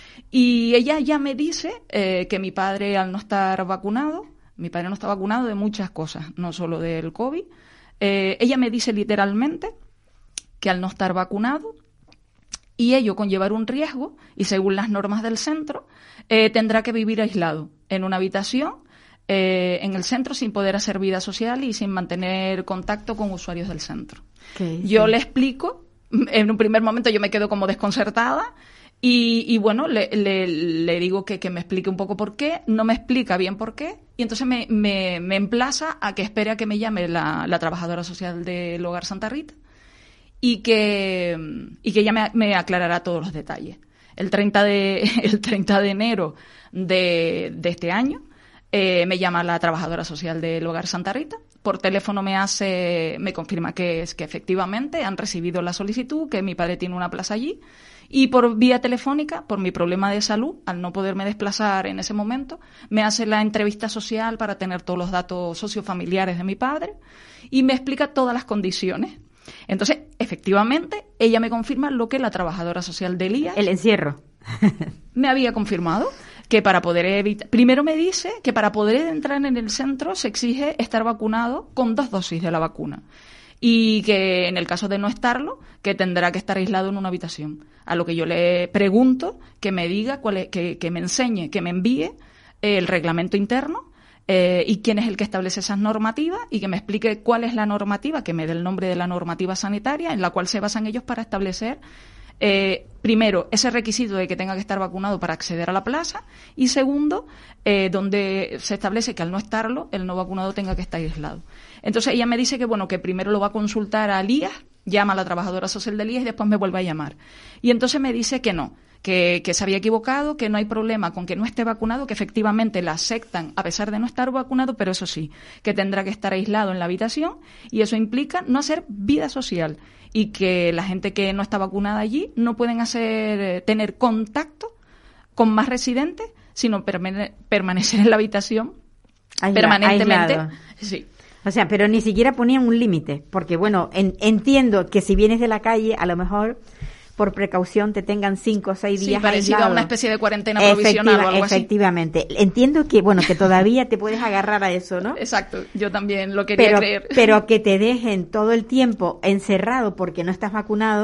y ella ya me dice eh, que mi padre, al no estar vacunado, mi padre no está vacunado de muchas cosas, no solo del COVID. Eh, ella me dice literalmente que al no estar vacunado y ello conllevar un riesgo, y según las normas del centro, eh, tendrá que vivir aislado en una habitación eh, en el centro sin poder hacer vida social y sin mantener contacto con usuarios del centro. Okay, yo sí. le explico, en un primer momento yo me quedo como desconcertada. Y, y bueno, le, le, le digo que, que me explique un poco por qué, no me explica bien por qué, y entonces me, me, me emplaza a que espere a que me llame la, la trabajadora social del Hogar Santa Rita y que, y que ella me, me aclarará todos los detalles. El treinta de, el treinta de enero de, de este año eh, me llama la trabajadora social del Hogar Santa Rita, por teléfono me hace, me confirma que es que efectivamente han recibido la solicitud, que mi padre tiene una plaza allí. Y por vía telefónica, por mi problema de salud, al no poderme desplazar en ese momento, me hace la entrevista social para tener todos los datos sociofamiliares de mi padre y me explica todas las condiciones. Entonces, efectivamente, ella me confirma lo que la trabajadora social del I A S... El encierro. me había confirmado, que para poder evitar... Primero me dice que para poder entrar en el centro se exige estar vacunado con dos dosis de la vacuna. Y que en el caso de no estarlo, que tendrá que estar aislado en una habitación. A lo que yo le pregunto que me diga, cuál es, que, que me enseñe, que me envíe el reglamento interno eh, y quién es el que establece esas normativas y que me explique cuál es la normativa, que me dé el nombre de la normativa sanitaria en la cual se basan ellos para establecer, eh, primero, ese requisito de que tenga que estar vacunado para acceder a la plaza y segundo, eh, donde se establece que al no estarlo, el no vacunado tenga que estar aislado. Entonces ella me dice que bueno que primero lo va a consultar al I A S, llama a la trabajadora social del I A S y después me vuelve a llamar. Y entonces me dice que no, que, que se había equivocado, que no hay problema con que no esté vacunado, que efectivamente la aceptan a pesar de no estar vacunado, pero eso sí, que tendrá que estar aislado en la habitación y eso implica no hacer vida social y que la gente que no está vacunada allí no pueden hacer tener contacto con más residentes, sino permane- permanecer en la habitación Aisla, permanentemente. Aislado. Sí. O sea, pero ni siquiera ponían un límite, porque bueno, en, entiendo que si vienes de la calle, a lo mejor por precaución te tengan cinco o seis días sí, parecido aislado. a una especie de cuarentena provisional Efectiva, o algo efectivamente. así. Efectivamente. Entiendo que, bueno, que todavía te puedes agarrar a eso, ¿no? Exacto, yo también lo quería pero, creer. Pero que te dejen todo el tiempo encerrado porque no estás vacunado,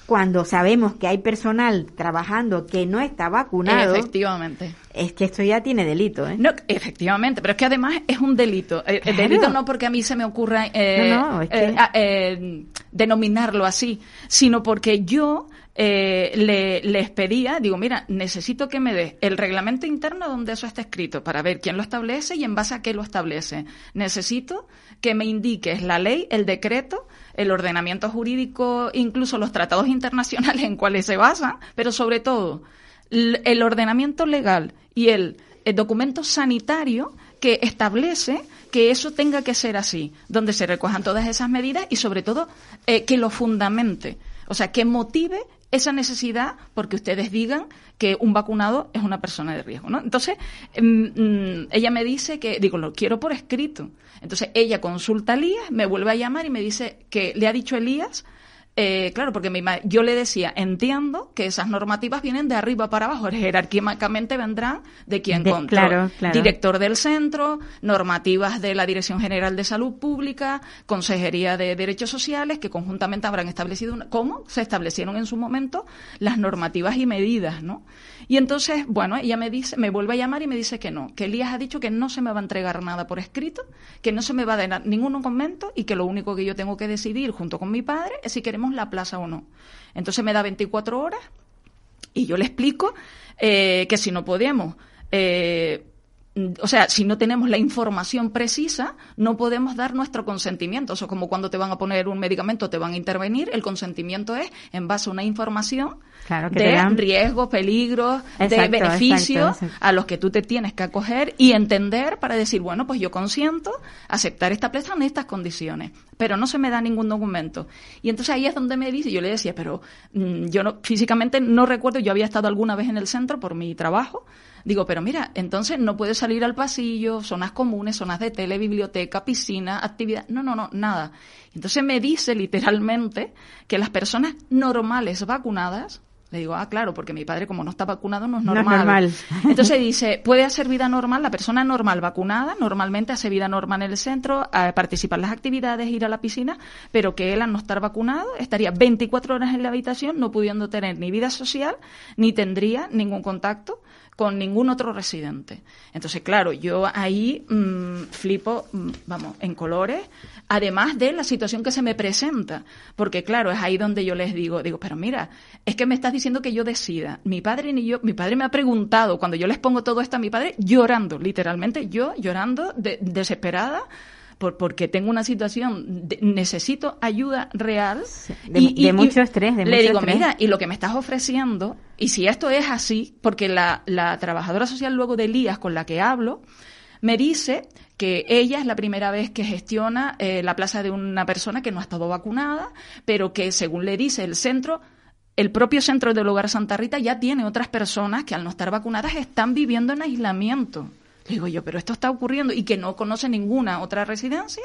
cuando sabemos que hay personal trabajando que no está vacunado. Efectivamente. Es que esto ya tiene delito, ¿eh? No, efectivamente, pero es que además es un delito. Claro. El delito no porque a mí se me ocurra eh, no, no, es que... eh, eh, denominarlo así, sino porque yo eh, le, les pedía, digo, mira, necesito que me des el reglamento interno donde eso está escrito para ver quién lo establece y en base a qué lo establece. Necesito que me indiques la ley, el decreto, el ordenamiento jurídico, incluso los tratados internacionales en cuales se basan, pero sobre todo el ordenamiento legal y el, el documento sanitario que establece que eso tenga que ser así, donde se recojan todas esas medidas y sobre todo eh, que lo fundamente, o sea, que motive esa necesidad porque ustedes digan que un vacunado es una persona de riesgo, ¿no? Entonces, mmm, ella me dice que, digo, lo quiero por escrito. Entonces, ella consulta a Elías, me vuelve a llamar y me dice que le ha dicho Elías. Eh, claro, porque mi, yo le decía, entiendo que esas normativas vienen de arriba para abajo, jerárquicamente vendrán de quien controla, claro, claro. Director del centro, normativas de la Dirección General de Salud Pública, Consejería de Derechos Sociales, que conjuntamente habrán establecido una, cómo se establecieron en su momento las normativas y medidas, ¿no? Y entonces, bueno, ella me dice, me vuelve a llamar y me dice que no, que Elías ha dicho que no se me va a entregar nada por escrito, que no se me va a dar ningún documento y que lo único que yo tengo que decidir junto con mi padre es si queremos la plaza o no. Entonces me da veinticuatro horas y yo le explico eh, que si no podemos, eh, o sea, si no tenemos la información precisa, no podemos dar nuestro consentimiento. Eso es como cuando te van a poner un medicamento, te van a intervenir, el consentimiento es en base a una información claro, que de te dan... riesgos, peligros, exacto, de beneficios exacto, exacto. a los que tú te tienes que acoger y entender para decir, bueno, pues yo consiento aceptar esta plaza en estas condiciones, pero no se me da ningún documento. Y entonces ahí es donde me dice, yo le decía, pero mmm, yo no, físicamente no recuerdo, yo había estado alguna vez en el centro por mi trabajo. Digo, pero mira, entonces no puedes salir al pasillo, zonas comunes, zonas de tele, biblioteca, piscina, actividad. No, no, no, nada. Entonces me dice literalmente que las personas normales vacunadas, le digo, ah, claro, porque mi padre como no está vacunado no es normal. No es normal. Entonces dice, puede hacer vida normal, la persona normal vacunada, normalmente hace vida normal en el centro, a participar en las actividades, ir a la piscina, pero que él al no estar vacunado estaría veinticuatro horas en la habitación, no pudiendo tener ni vida social, ni tendría ningún contacto con ningún otro residente. Entonces, claro, yo ahí mmm, flipo, mmm, vamos, en colores, además de la situación que se me presenta, porque claro, es ahí donde yo les digo, digo, pero mira, es que me estás diciendo que yo decida. Mi padre ni yo, mi padre me ha preguntado, cuando yo les pongo todo esto a mi padre, llorando, literalmente yo llorando, de, desesperada, Por, porque tengo una situación, de, necesito ayuda real. Sí, de, y, y, de mucho estrés, de le mucho digo, estrés. mira, y lo que me estás ofreciendo, y si esto es así, porque la, la trabajadora social luego de Elías con la que hablo, me dice que ella es la primera vez que gestiona eh, la plaza de una persona que no ha estado vacunada, pero que según le dice el centro, el propio centro del Hogar Santa Rita ya tiene otras personas que al no estar vacunadas están viviendo en aislamiento. Le digo yo, pero esto está ocurriendo y que no conoce ninguna otra residencia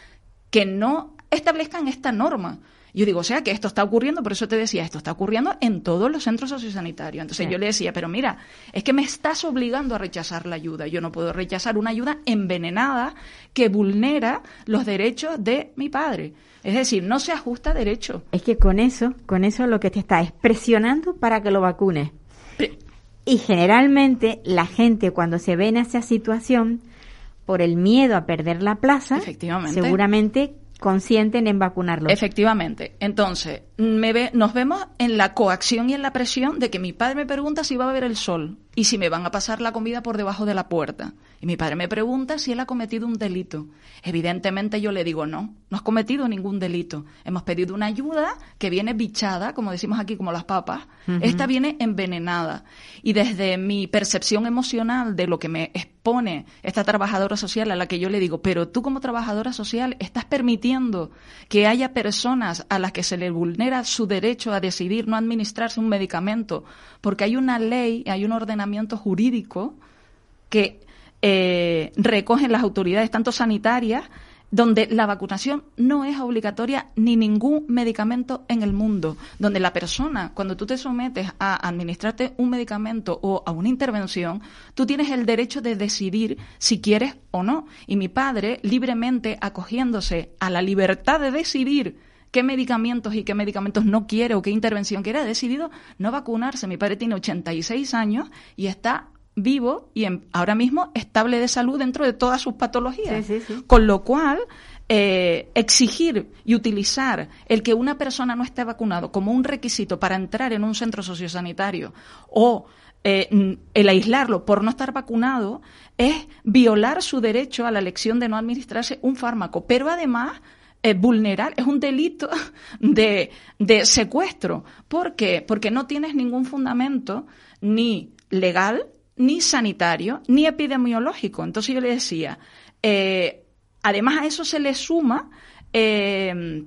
que no establezcan esta norma. Yo digo, o sea, que esto está ocurriendo, por eso te decía, esto está ocurriendo en todos los centros sociosanitarios. Entonces sí. Yo le decía, pero mira, es que me estás obligando a rechazar la ayuda. Yo no puedo rechazar una ayuda envenenada que vulnera los derechos de mi padre. Es decir, no se ajusta a derecho. Es que con eso, con eso lo que te está es presionando para que lo vacunes. Pero, y generalmente la gente cuando se ve en esa situación, por el miedo a perder la plaza, efectivamente, seguramente consienten en vacunarlo. Efectivamente. Entonces, me ve, nos vemos en la coacción y en la presión de que mi padre me pregunta si va a ver el sol y si me van a pasar la comida por debajo de la puerta. Y mi padre me pregunta si él ha cometido un delito. Evidentemente yo le digo, no, no has cometido ningún delito. Hemos pedido una ayuda que viene bichada, como decimos aquí, como las papas. Uh-huh. Esta viene envenenada. Y desde mi percepción emocional de lo que me expone esta trabajadora social a la que yo le digo, pero tú como trabajadora social estás permitiendo que haya personas a las que se les vulnera su derecho a decidir no administrarse un medicamento, porque hay una ley, hay un ordenamiento jurídico que eh, recogen las autoridades, tanto sanitarias, donde la vacunación no es obligatoria ni ningún medicamento en el mundo, donde la persona, cuando tú te sometes a administrarte un medicamento o a una intervención, tú tienes el derecho de decidir si quieres o no. Y mi padre, libremente acogiéndose a la libertad de decidir qué medicamentos y qué medicamentos no quiere o qué intervención quiere, ha decidido no vacunarse. Mi padre tiene ochenta y seis años y está vivo y en, ahora mismo estable de salud dentro de todas sus patologías. Sí, sí, sí. Con lo cual, eh, exigir y utilizar el que una persona no esté vacunado como un requisito para entrar en un centro sociosanitario o eh, el aislarlo por no estar vacunado es violar su derecho a la elección de no administrarse un fármaco, pero además eh, vulnerar, es un delito de, de secuestro. ¿Por qué? Porque no tienes ningún fundamento ni legal, ni sanitario, ni epidemiológico. Entonces yo le decía, eh, además a eso se le suma eh,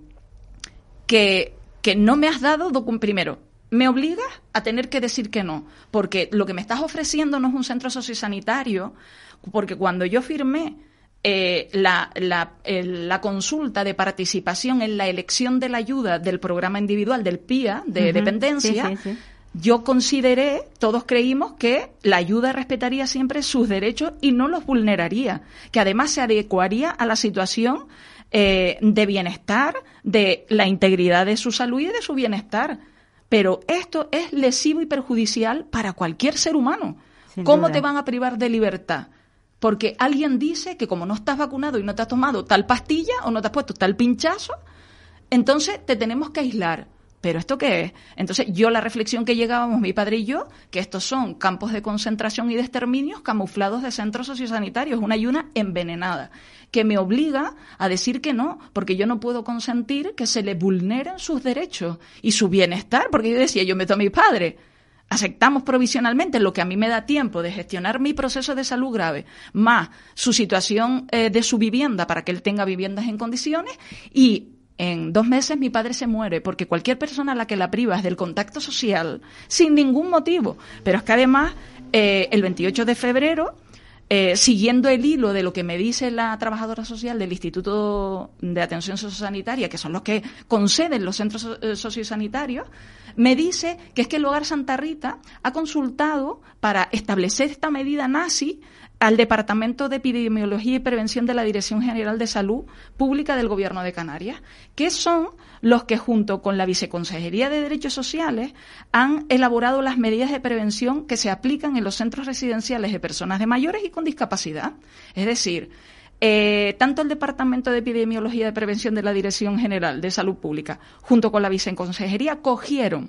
que, que no me has dado documento. Primero, me obligas a tener que decir que no, porque lo que me estás ofreciendo no es un centro sociosanitario, porque cuando yo firmé eh, la, la, el, la consulta de participación en la elección de la ayuda del programa individual del P I A, de uh-huh. dependencia, sí, sí, sí. Yo consideré, todos creímos que la ayuda respetaría siempre sus derechos y no los vulneraría, que además se adecuaría a la situación eh, de bienestar, de la integridad de su salud y de su bienestar. Pero esto es lesivo y perjudicial para cualquier ser humano. Sin ¿Cómo duda. Te van a privar de libertad? Porque alguien dice que como no estás vacunado y no te has tomado tal pastilla o no te has puesto tal pinchazo, entonces te tenemos que aislar. ¿Pero esto qué es? Entonces, yo la reflexión que llegábamos, mi padre y yo, que estos son campos de concentración y de exterminios camuflados de centros sociosanitarios, una ayuda envenenada, que me obliga a decir que no, porque yo no puedo consentir que se le vulneren sus derechos y su bienestar, porque yo decía, yo meto a mi padre, aceptamos provisionalmente lo que a mí me da tiempo de gestionar mi proceso de salud grave, más su situación eh, de su vivienda para que él tenga viviendas en condiciones y en dos meses mi padre se muere, porque cualquier persona a la que la privas del contacto social, sin ningún motivo, pero es que además eh, el veintiocho de febrero, eh, siguiendo el hilo de lo que me dice la trabajadora social del Instituto de Atención Sociosanitaria, que son los que conceden los centros so- sociosanitarios, me dice que es que el Hogar Santa Rita ha consultado para establecer esta medida nazi al Departamento de Epidemiología y Prevención de la Dirección General de Salud Pública del Gobierno de Canarias, que son los que junto con la Viceconsejería de Derechos Sociales han elaborado las medidas de prevención que se aplican en los centros residenciales de personas de mayores y con discapacidad. Es decir, eh, tanto el Departamento de Epidemiología y Prevención de la Dirección General de Salud Pública junto con la Viceconsejería cogieron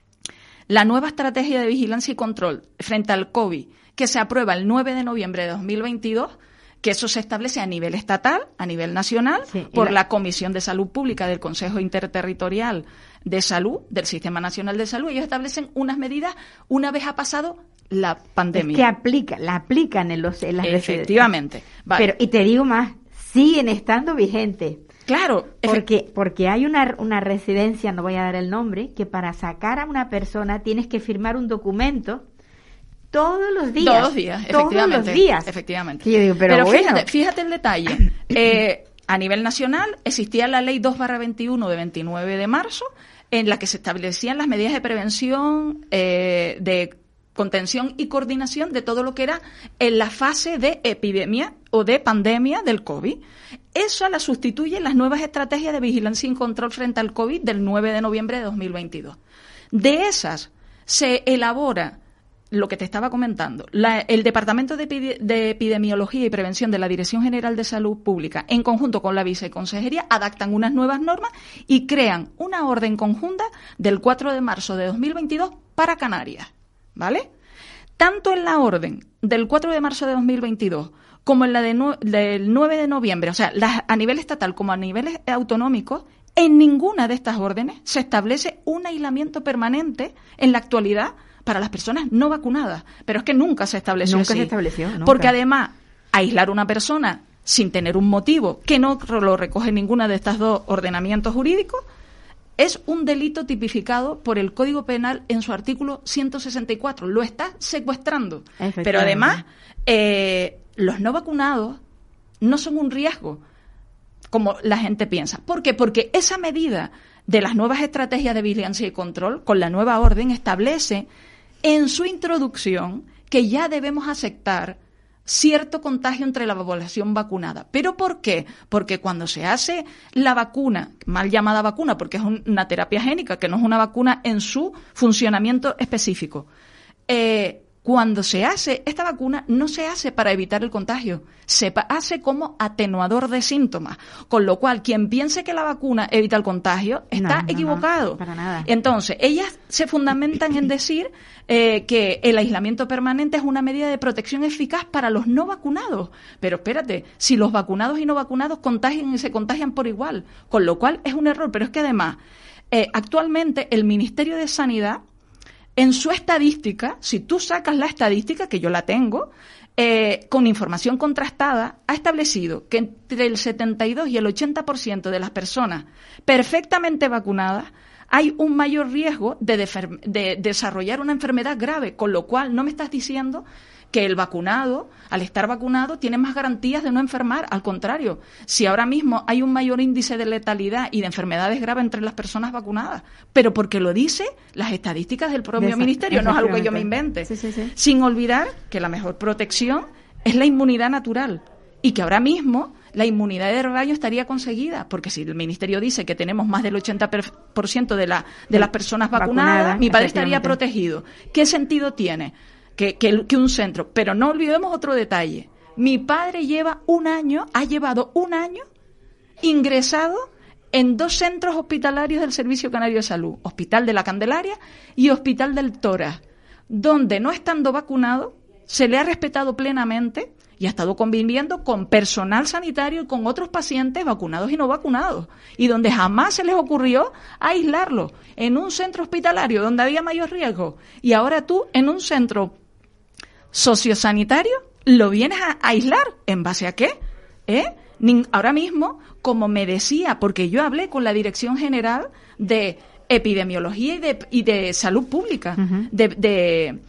la nueva estrategia de vigilancia y control frente al COVID que se aprueba el nueve de noviembre de dos mil veintidós, que eso se establece a nivel estatal, a nivel nacional, sí, por la... la Comisión de Salud Pública del Consejo Interterritorial de Salud, del Sistema Nacional de Salud. Ellos establecen unas medidas una vez ha pasado la pandemia. Es que aplica, la aplican en, los, en las residencias. Efectivamente. Vale. Pero, y te digo más, siguen estando vigentes. Claro. Porque, porque hay una, una residencia, no voy a dar el nombre, que para sacar a una persona tienes que firmar un documento todos los días. Todos los días, efectivamente. Todos los días. Efectivamente. Y yo digo, pero, pero bueno. fíjate, fíjate el detalle. Eh, a nivel nacional existía la ley dos barra veintiuno de veintinueve de marzo en la que se establecían las medidas de prevención, eh, de contención y coordinación de todo lo que era en la fase de epidemia o de pandemia del COVID. Eso la sustituye las nuevas estrategias de vigilancia y control frente al COVID del nueve de noviembre de dos mil veintidós. De esas se elabora lo que te estaba comentando, la, el Departamento de, Epide- de Epidemiología y Prevención de la Dirección General de Salud Pública, en conjunto con la Viceconsejería, adaptan unas nuevas normas y crean una orden conjunta del cuatro de marzo de dos mil veintidós para Canarias, ¿vale? Tanto en la orden del cuatro de marzo de dos mil veintidós como en la de nu- del nueve de noviembre, o sea, las, a nivel estatal como a niveles autonómicos, en ninguna de estas órdenes se establece un aislamiento permanente en la actualidad para las personas no vacunadas, pero es que nunca se estableció nunca así. se estableció, nunca. Porque además, aislar a una persona sin tener un motivo, que no lo recoge ninguna de estas dos ordenamientos jurídicos, es un delito tipificado por el Código Penal en su artículo ciento sesenta y cuatro. Lo está secuestrando. Pero además, eh, los no vacunados no son un riesgo, como la gente piensa. ¿Por qué? Porque esa medida de las nuevas estrategias de vigilancia y control, con la nueva orden, establece en su introducción que ya debemos aceptar cierto contagio entre la población vacunada. ¿Pero por qué? Porque cuando se hace la vacuna, mal llamada vacuna, porque es una terapia génica, que no es una vacuna en su funcionamiento específico, eh, cuando se hace esta vacuna, no se hace para evitar el contagio, se hace como atenuador de síntomas, con lo cual quien piense que la vacuna evita el contagio está no, no, equivocado. No, para nada. Entonces, ellas se fundamentan en decir eh, que el aislamiento permanente es una medida de protección eficaz para los no vacunados. Pero espérate, si los vacunados y no vacunados contagian y se contagian por igual, con lo cual es un error. Pero es que además, eh, actualmente el Ministerio de Sanidad, en su estadística, si tú sacas la estadística, que yo la tengo, eh, con información contrastada, ha establecido que entre el setenta y dos y el ochenta por ciento de las personas perfectamente vacunadas hay un mayor riesgo de, de, de desarrollar una enfermedad grave, con lo cual no me estás diciendo que el vacunado, al estar vacunado, tiene más garantías de no enfermar. Al contrario, si ahora mismo hay un mayor índice de letalidad y de enfermedades graves entre las personas vacunadas, pero porque lo dice las estadísticas del propio Exacto, ministerio, no es algo que yo me invente. Sí, sí, sí. Sin olvidar que la mejor protección es la inmunidad natural y que ahora mismo la inmunidad de rebaño estaría conseguida, porque si el ministerio dice que tenemos más del ochenta por ciento de, la, de las personas vacunadas, Vacunada, mi padre estaría protegido. ¿Qué sentido tiene? Que, que, que un centro. Pero no olvidemos otro detalle. Mi padre lleva un año, ha llevado un año ingresado en dos centros hospitalarios del Servicio Canario de Salud, Hospital de la Candelaria y Hospital del Tórax, donde no estando vacunado, se le ha respetado plenamente y ha estado conviviendo con personal sanitario y con otros pacientes vacunados y no vacunados, y donde jamás se les ocurrió aislarlo en un centro hospitalario donde había mayor riesgo, y ahora tú en un centro sociosanitario lo vienes a aislar. ¿En base a qué? ¿Eh? Ahora mismo, como me decía, porque yo hablé con la Dirección General de Epidemiología y de, y de Salud Pública, uh-huh. de, de,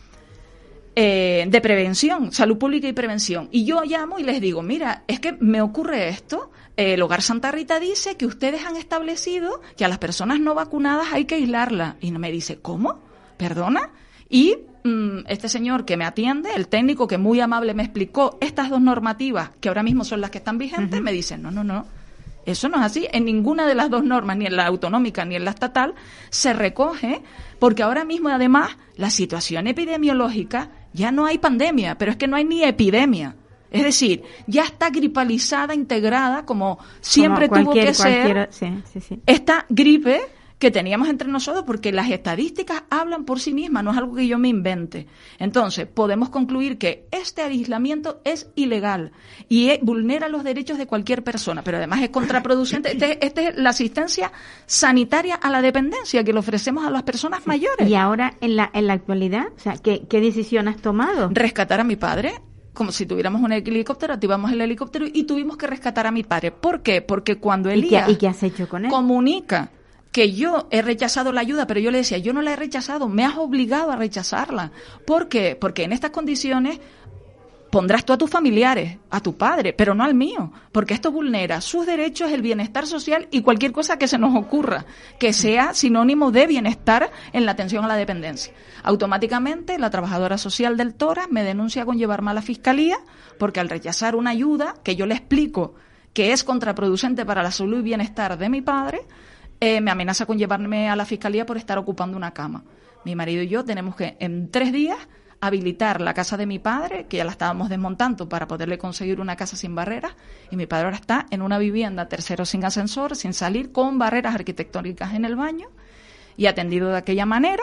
eh, de Prevención, Salud Pública y Prevención, y yo llamo y les digo, mira, es que me ocurre esto, eh, el Hogar Santa Rita dice que ustedes han establecido que a las personas no vacunadas hay que aislarlas, y me dice, ¿cómo? ¿Perdona? Y este señor que me atiende, el técnico que muy amable me explicó estas dos normativas, que ahora mismo son las que están vigentes, uh-huh. me dice, no, no, no, eso no es así. En ninguna de las dos normas, ni en la autonómica ni en la estatal, se recoge, porque ahora mismo además la situación epidemiológica, ya no hay pandemia, pero es que no hay ni epidemia. Es decir, ya está gripalizada, integrada, como siempre como tuvo que ser, sí, sí, sí. esta gripe que teníamos entre nosotros, porque las estadísticas hablan por sí mismas, no es algo que yo me invente. Entonces, podemos concluir que este aislamiento es ilegal y es, vulnera los derechos de cualquier persona, pero además es contraproducente. Este, este es la asistencia sanitaria a la dependencia que le ofrecemos a las personas sí. mayores. Y ahora, en la, en la actualidad, o sea, ¿qué, qué decisión has tomado? Rescatar a mi padre. Como si tuviéramos un helicóptero, activamos el helicóptero y tuvimos que rescatar a mi padre. ¿Por qué? Porque cuando Elías ¿Y qué, ¿y qué has hecho con él? comunica que yo he rechazado la ayuda, pero yo le decía, yo no la he rechazado, me has obligado a rechazarla. ¿Por qué? Porque en estas condiciones pondrás tú a tus familiares, a tu padre, pero no al mío, porque esto vulnera sus derechos, el bienestar social y cualquier cosa que se nos ocurra, que sea sinónimo de bienestar en la atención a la dependencia. Automáticamente, la trabajadora social del Tórax me denuncia con llevarme a la fiscalía, porque al rechazar una ayuda, que yo le explico que es contraproducente para la salud y bienestar de mi padre, Eh, me amenaza con llevarme a la fiscalía por estar ocupando una cama. Mi marido y yo tenemos que, en tres días, habilitar la casa de mi padre, que ya la estábamos desmontando para poderle conseguir una casa sin barreras, y mi padre ahora está en una vivienda tercero sin ascensor, sin salir, con barreras arquitectónicas en el baño, y atendido de aquella manera.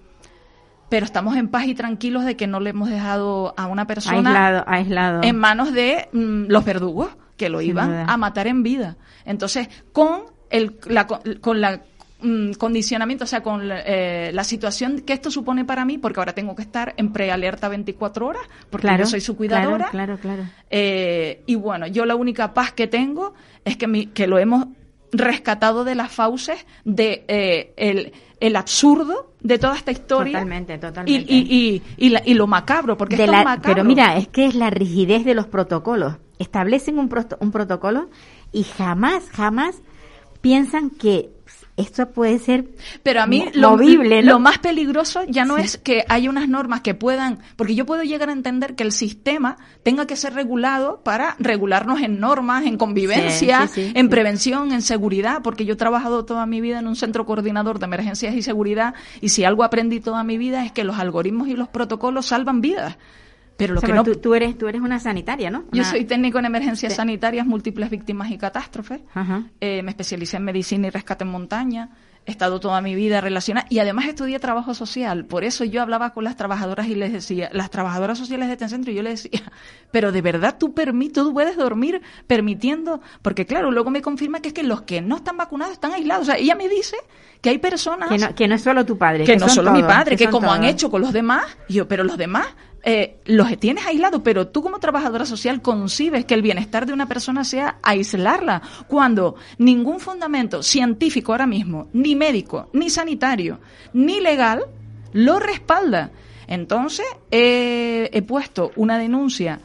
Pero estamos en paz y tranquilos de que no le hemos dejado a una persona aislado, aislado. en manos de mm, los verdugos, que lo iban duda. a matar en vida. Entonces, con El, la, con la mm, condicionamiento, o sea, con eh, la situación que esto supone para mí, porque ahora tengo que estar en prealerta veinticuatro horas, porque claro, yo soy su cuidadora. Claro, claro, claro. Eh, y bueno, yo la única paz que tengo es que, mi, que lo hemos rescatado de las fauces de eh, el, el absurdo de toda esta historia. Totalmente, totalmente. Y, y, y, y, la, y lo macabro, porque de esto la, es macabro. Pero mira, es que es la rigidez de los protocolos. Establecen un, proto, un protocolo y jamás, jamás piensan que esto puede ser pero a mí mo- movible, lo, ¿no? lo más peligroso ya no Sí. es que haya unas normas que puedan, porque yo puedo llegar a entender que el sistema tenga que ser regulado para regularnos en normas, en convivencia, Sí, sí, sí, en sí. prevención, en seguridad, porque yo he trabajado toda mi vida en un centro coordinador de emergencias y seguridad, y si algo aprendí toda mi vida es que los algoritmos y los protocolos salvan vidas. Pero lo O sea, que no... tú, tú eres tú eres una sanitaria, ¿no? Yo Una- soy técnico en emergencias Sí. sanitarias, múltiples víctimas y catástrofes. Ajá. Eh, me especialicé en medicina y rescate en montaña. He estado toda mi vida relacionada y además estudié trabajo social. Por eso yo hablaba con las trabajadoras y les decía, las trabajadoras sociales de este centro, y yo les decía, pero de verdad tú, permi tú puedes dormir permitiendo, porque claro, luego me confirma que es que los que no están vacunados están aislados. O sea, ella me dice que hay personas... Que no, que no es solo tu padre. Que no son solo mi todos, padre, que, son como han todos. hecho con los demás, y yo, pero los demás eh, los tienes aislados, pero tú como trabajadora social concibes que el bienestar de una persona sea aislarla, cuando ningún fundamento científico ahora mismo, ni médico, ni sanitario, ni legal, lo respalda. Entonces, eh, he puesto una denuncia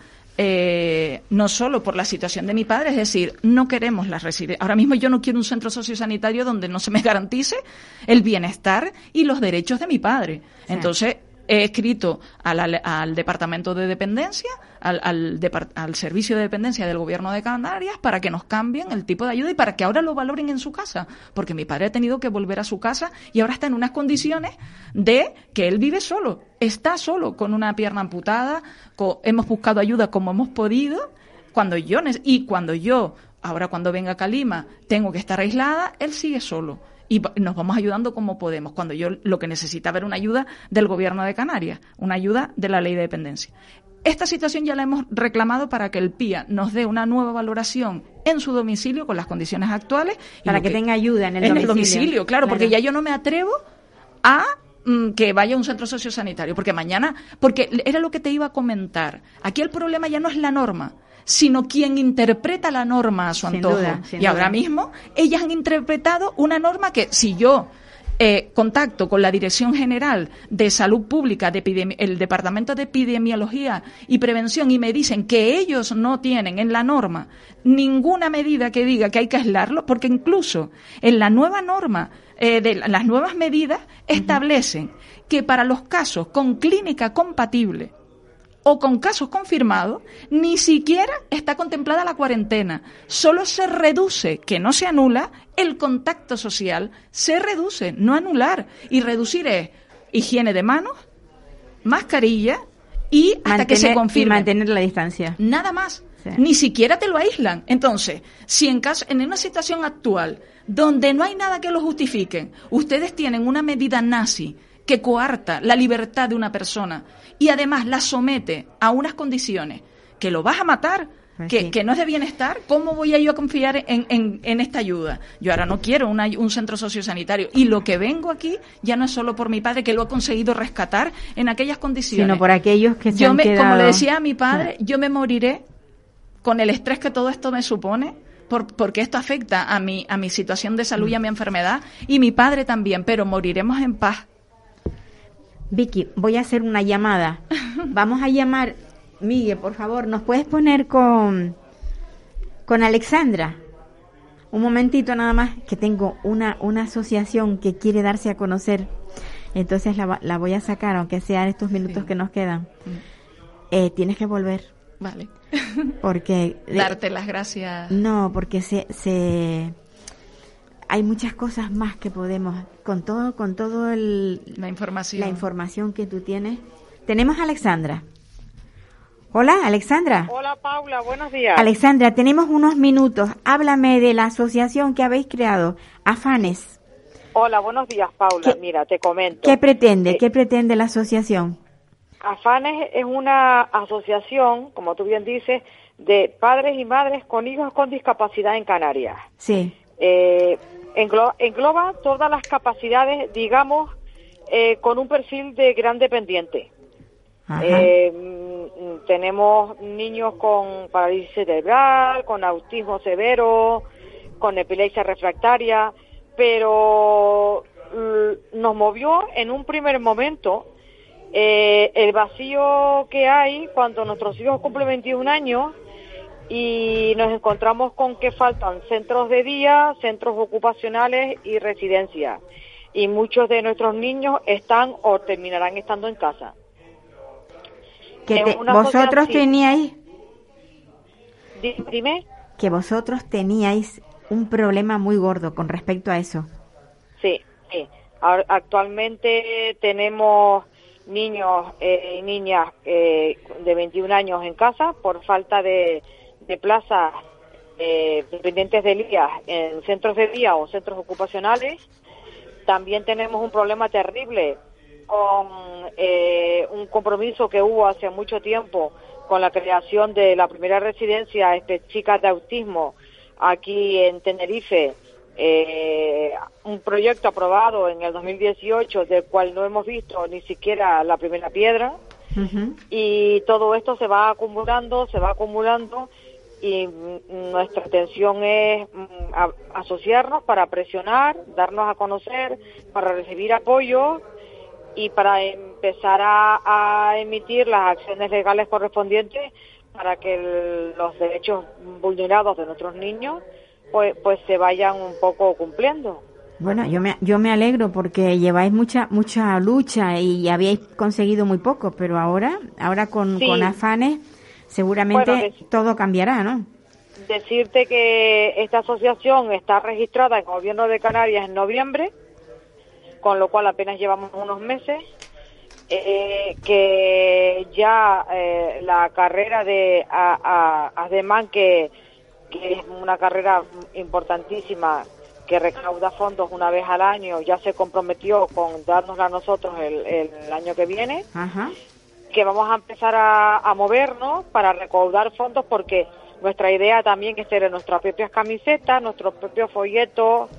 eh, no solo por la situación de mi padre, es decir, no queremos las residencias. Ahora mismo yo no quiero un centro sociosanitario donde no se me garantice el bienestar y los derechos de mi padre. Sí. Entonces, he escrito al, al, al Departamento de Dependencia, al, al, depart, al Servicio de Dependencia del Gobierno de Canarias, para que nos cambien el tipo de ayuda y para que ahora lo valoren en su casa. Porque mi padre ha tenido que volver a su casa y ahora está en unas condiciones de que él vive solo, está solo, con una pierna amputada, con, hemos buscado ayuda como hemos podido, cuando yo y cuando yo, ahora cuando venga Calima, tengo que estar aislada, él sigue solo. Y nos vamos ayudando como podemos, cuando yo lo que necesitaba era una ayuda del Gobierno de Canarias, una ayuda de la Ley de Dependencia. Esta situación ya la hemos reclamado para que el P I A nos dé una nueva valoración en su domicilio con las condiciones actuales. Y Para lo que, tenga ayuda en el en domicilio. el domicilio, claro, Claro. porque ya yo no me atrevo a mm, que vaya a un centro sociosanitario, porque mañana, porque era lo que te iba a comentar, aquí el problema ya no es la norma, sino quien interpreta la norma a su Sin antojo. duda, sin y ahora duda. mismo ellas han interpretado una norma que si yo eh, contacto con la Dirección General de Salud Pública, de Epidemi- el Departamento de Epidemiología y Prevención, y me dicen que ellos no tienen en la norma ninguna medida que diga que hay que aislarlo, porque incluso en la nueva norma eh, de la- las nuevas medidas establecen que para los casos con clínica compatible o con casos confirmados, ni siquiera está contemplada la cuarentena. Solo se reduce, que no se anula, el contacto social. Se reduce, no anular. Y reducir es higiene de manos, mascarilla y hasta Mantener- que se y confirme. mantener la distancia. Nada más. Sí. Ni siquiera te lo aíslan. Entonces, si en caso, en una situación actual donde no hay nada que lo justifique, ustedes tienen una medida nazi que coarta la libertad de una persona y además la somete a unas condiciones que lo vas a matar, Pues que, sí. que no es de bienestar, ¿cómo voy a yo a confiar en, en, en esta ayuda? Yo ahora no quiero una- un centro sociosanitario. Y lo que vengo aquí ya no es solo por mi padre, que lo ha conseguido rescatar en aquellas condiciones. Sino por aquellos que se Yo han me, quedado... como le decía a mi padre, yo me moriré con el estrés que todo esto me supone, por, porque esto afecta a mi, a mi situación de salud y a mi enfermedad, y mi padre también, pero moriremos en paz. Vicky, voy a hacer una llamada. Vamos a llamar... Miguel, por favor, ¿nos puedes poner con, con Alexandra? Un momentito nada más, que tengo una, una asociación que quiere darse a conocer. Entonces la, va- la voy a sacar, aunque sean estos minutos Sí. que nos quedan. Eh, tienes que volver, Vale. porque... eh, Darte las gracias. No, porque se, se... Hay muchas cosas más que podemos... Con todo, con todo el, La información. la información que tú tienes. Tenemos a Alexandra. Hola, Alexandra. Hola Paula, buenos días. Alexandra, tenemos unos minutos. Háblame de la asociación que habéis creado, Afanes. Hola, buenos días Paula. ¿Qué- Mira, te comento. ¿Qué pretende? Eh, ¿Qué pretende la asociación? Afanes es una asociación, como tú bien dices, de padres y madres con hijos con discapacidad en Canarias. Sí. Eh, englo- engloba todas las capacidades, digamos, eh, con un perfil de gran dependiente. Ajá. Eh, mm, tenemos niños con parálisis cerebral, con autismo severo, con epilepsia refractaria, pero mm, nos movió en un primer momento eh, el vacío que hay cuando nuestros hijos cumplen veintiún años y nos encontramos con que faltan centros de día, centros ocupacionales y residencias. Y muchos de nuestros niños están o terminarán estando en casa. Que te, vosotros teníais... Dime. Que vosotros teníais un problema muy gordo con respecto a eso. Sí, sí. Actualmente tenemos niños eh, y niñas eh, de veintiún años en casa por falta de, de plazas eh, dependientes del I A en centros de día o centros ocupacionales. También tenemos un problema terrible con eh, un compromiso que hubo hace mucho tiempo con la creación de la primera residencia específica de autismo aquí en Tenerife, eh, un proyecto aprobado en el dos mil dieciocho del cual no hemos visto ni siquiera la primera piedra. Uh-huh. Y todo esto se va acumulando, se va acumulando y nuestra intención es a, asociarnos para presionar, darnos a conocer, para recibir apoyo y para empezar a, a emitir las acciones legales correspondientes para que el, los derechos vulnerados de nuestros niños pues pues se vayan un poco cumpliendo. Bueno, yo me yo me alegro porque lleváis mucha mucha lucha y habíais conseguido muy poco, pero ahora ahora con, sí. con afanes seguramente bueno, dec- todo cambiará, ¿no? Decirte que esta asociación está registrada en el Gobierno de Canarias en noviembre, con lo cual apenas llevamos unos meses, eh, que ya eh, la carrera de a, a, ASDEMAN, que, que es una carrera importantísima, que recauda fondos una vez al año, ya se comprometió con dárnosla a nosotros el, el, el año que viene. Ajá. Que vamos a empezar a, a movernos para recaudar fondos, porque nuestra idea también es tener nuestras propias camisetas, nuestros propios folletos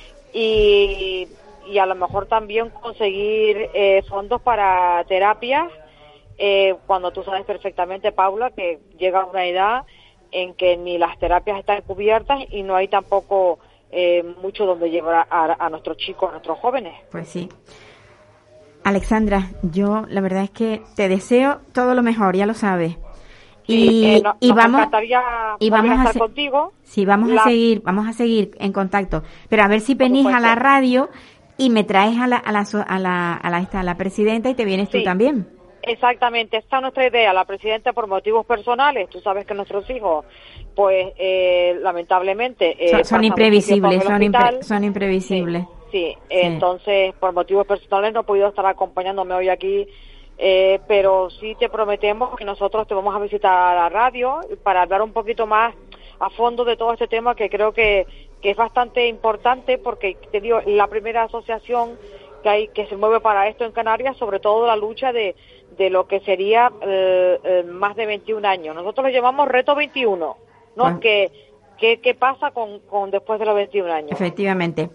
y, y a lo mejor también conseguir eh, fondos para terapias, eh, cuando tú sabes perfectamente, Paula, que llega una edad en que ni las terapias están cubiertas y no hay tampoco eh, mucho donde llevar a, a, a nuestros chicos, a nuestros jóvenes. Pues sí. Alexandra, yo la verdad es que te deseo todo lo mejor, ya lo sabes. Y, sí, eh, no, y vamos y vamos a estar se- contigo. Sí, vamos la... a seguir, vamos a seguir en contacto. Pero a ver si venís a la radio y me traes a la a la a la a la, esta, a la presidenta y te vienes sí, tú también. Exactamente, esta es nuestra idea. La presidenta, por motivos personales, tú sabes que nuestros hijos, pues eh, lamentablemente eh, son, son imprevisibles, son, impre, son imprevisibles. Sí. Sí, sí, entonces por motivos personales no he podido estar acompañándome hoy aquí, eh, pero sí te prometemos que nosotros te vamos a visitar a la radio para hablar un poquito más a fondo de todo este tema, que creo que, que es bastante importante, porque te digo, la primera asociación que hay que se mueve para esto en Canarias, sobre todo la lucha de, de lo que sería eh, eh, más de veintiún años. Nosotros lo llamamos Reto veintiuno, ¿no? Bueno. Que, que, ¿Qué pasa con, con después de los veintiún años? Efectivamente.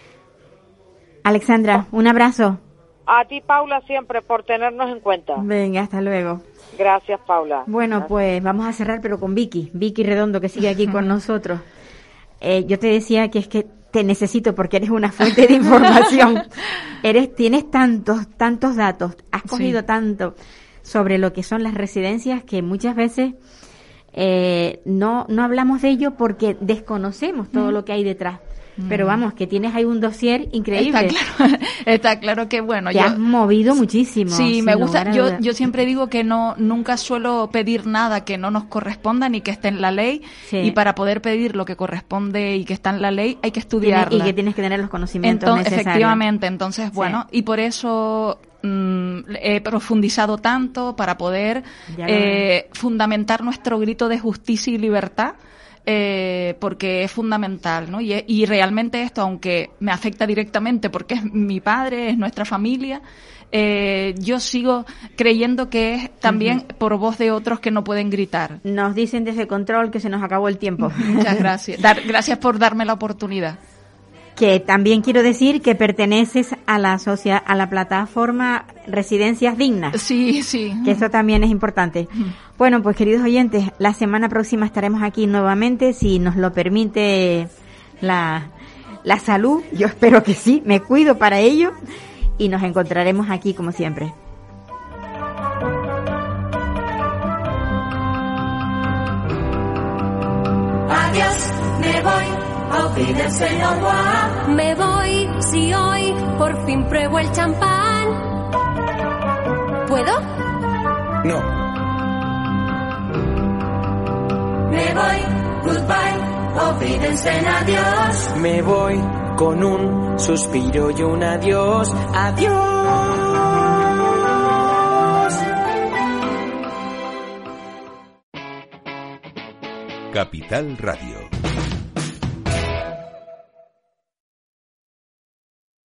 Alexandra, un abrazo. A ti, Paula, siempre por tenernos en cuenta. Venga, hasta luego. Gracias, Paula. Bueno, Gracias. Pues vamos a cerrar, pero con Vicky, Vicky Redondo, que sigue aquí con nosotros. Eh, yo te decía que es que te necesito porque eres una fuente de información. eres Tienes tantos, tantos datos, has cogido sí. tanto sobre lo que son las residencias que muchas veces eh, no, no hablamos de ello porque desconocemos todo mm. lo que hay detrás. Pero vamos, que tienes ahí un dossier increíble. Está claro, está claro que bueno. Te yo, has movido muchísimo. Sí, me gusta. Yo, yo siempre digo que no, nunca suelo pedir nada que no nos corresponda ni que esté en la ley. Sí. Y para poder pedir lo que corresponde y que está en la ley hay que estudiarla. Tienes, y que tienes que tener los conocimientos entonces, necesarios. Efectivamente, entonces bueno, sí. y por eso mmm, he profundizado tanto para poder eh, fundamentar nuestro grito de justicia y libertad. Eh, porque es fundamental, ¿no? Y, y realmente esto, aunque me afecta directamente porque es mi padre, es nuestra familia, eh, yo sigo creyendo que es también uh-huh. por voz de otros que no pueden gritar. Nos dicen desde Control que se nos acabó el tiempo. Muchas gracias. Dar, gracias por darme la oportunidad. Que también quiero decir que perteneces a la socia, a la plataforma Residencias Dignas. Sí, sí. Que eso también es importante. Bueno, pues queridos oyentes, la semana próxima estaremos aquí nuevamente, si nos lo permite la, la salud. Yo espero que sí, me cuido para ello y nos encontraremos aquí como siempre. voy, olvídense no va. Me voy si hoy por fin pruebo el champán. ¿Puedo? No. Me voy, goodbye, olvídense adiós. Me voy con un suspiro y un adiós. Adiós. Capital Radio.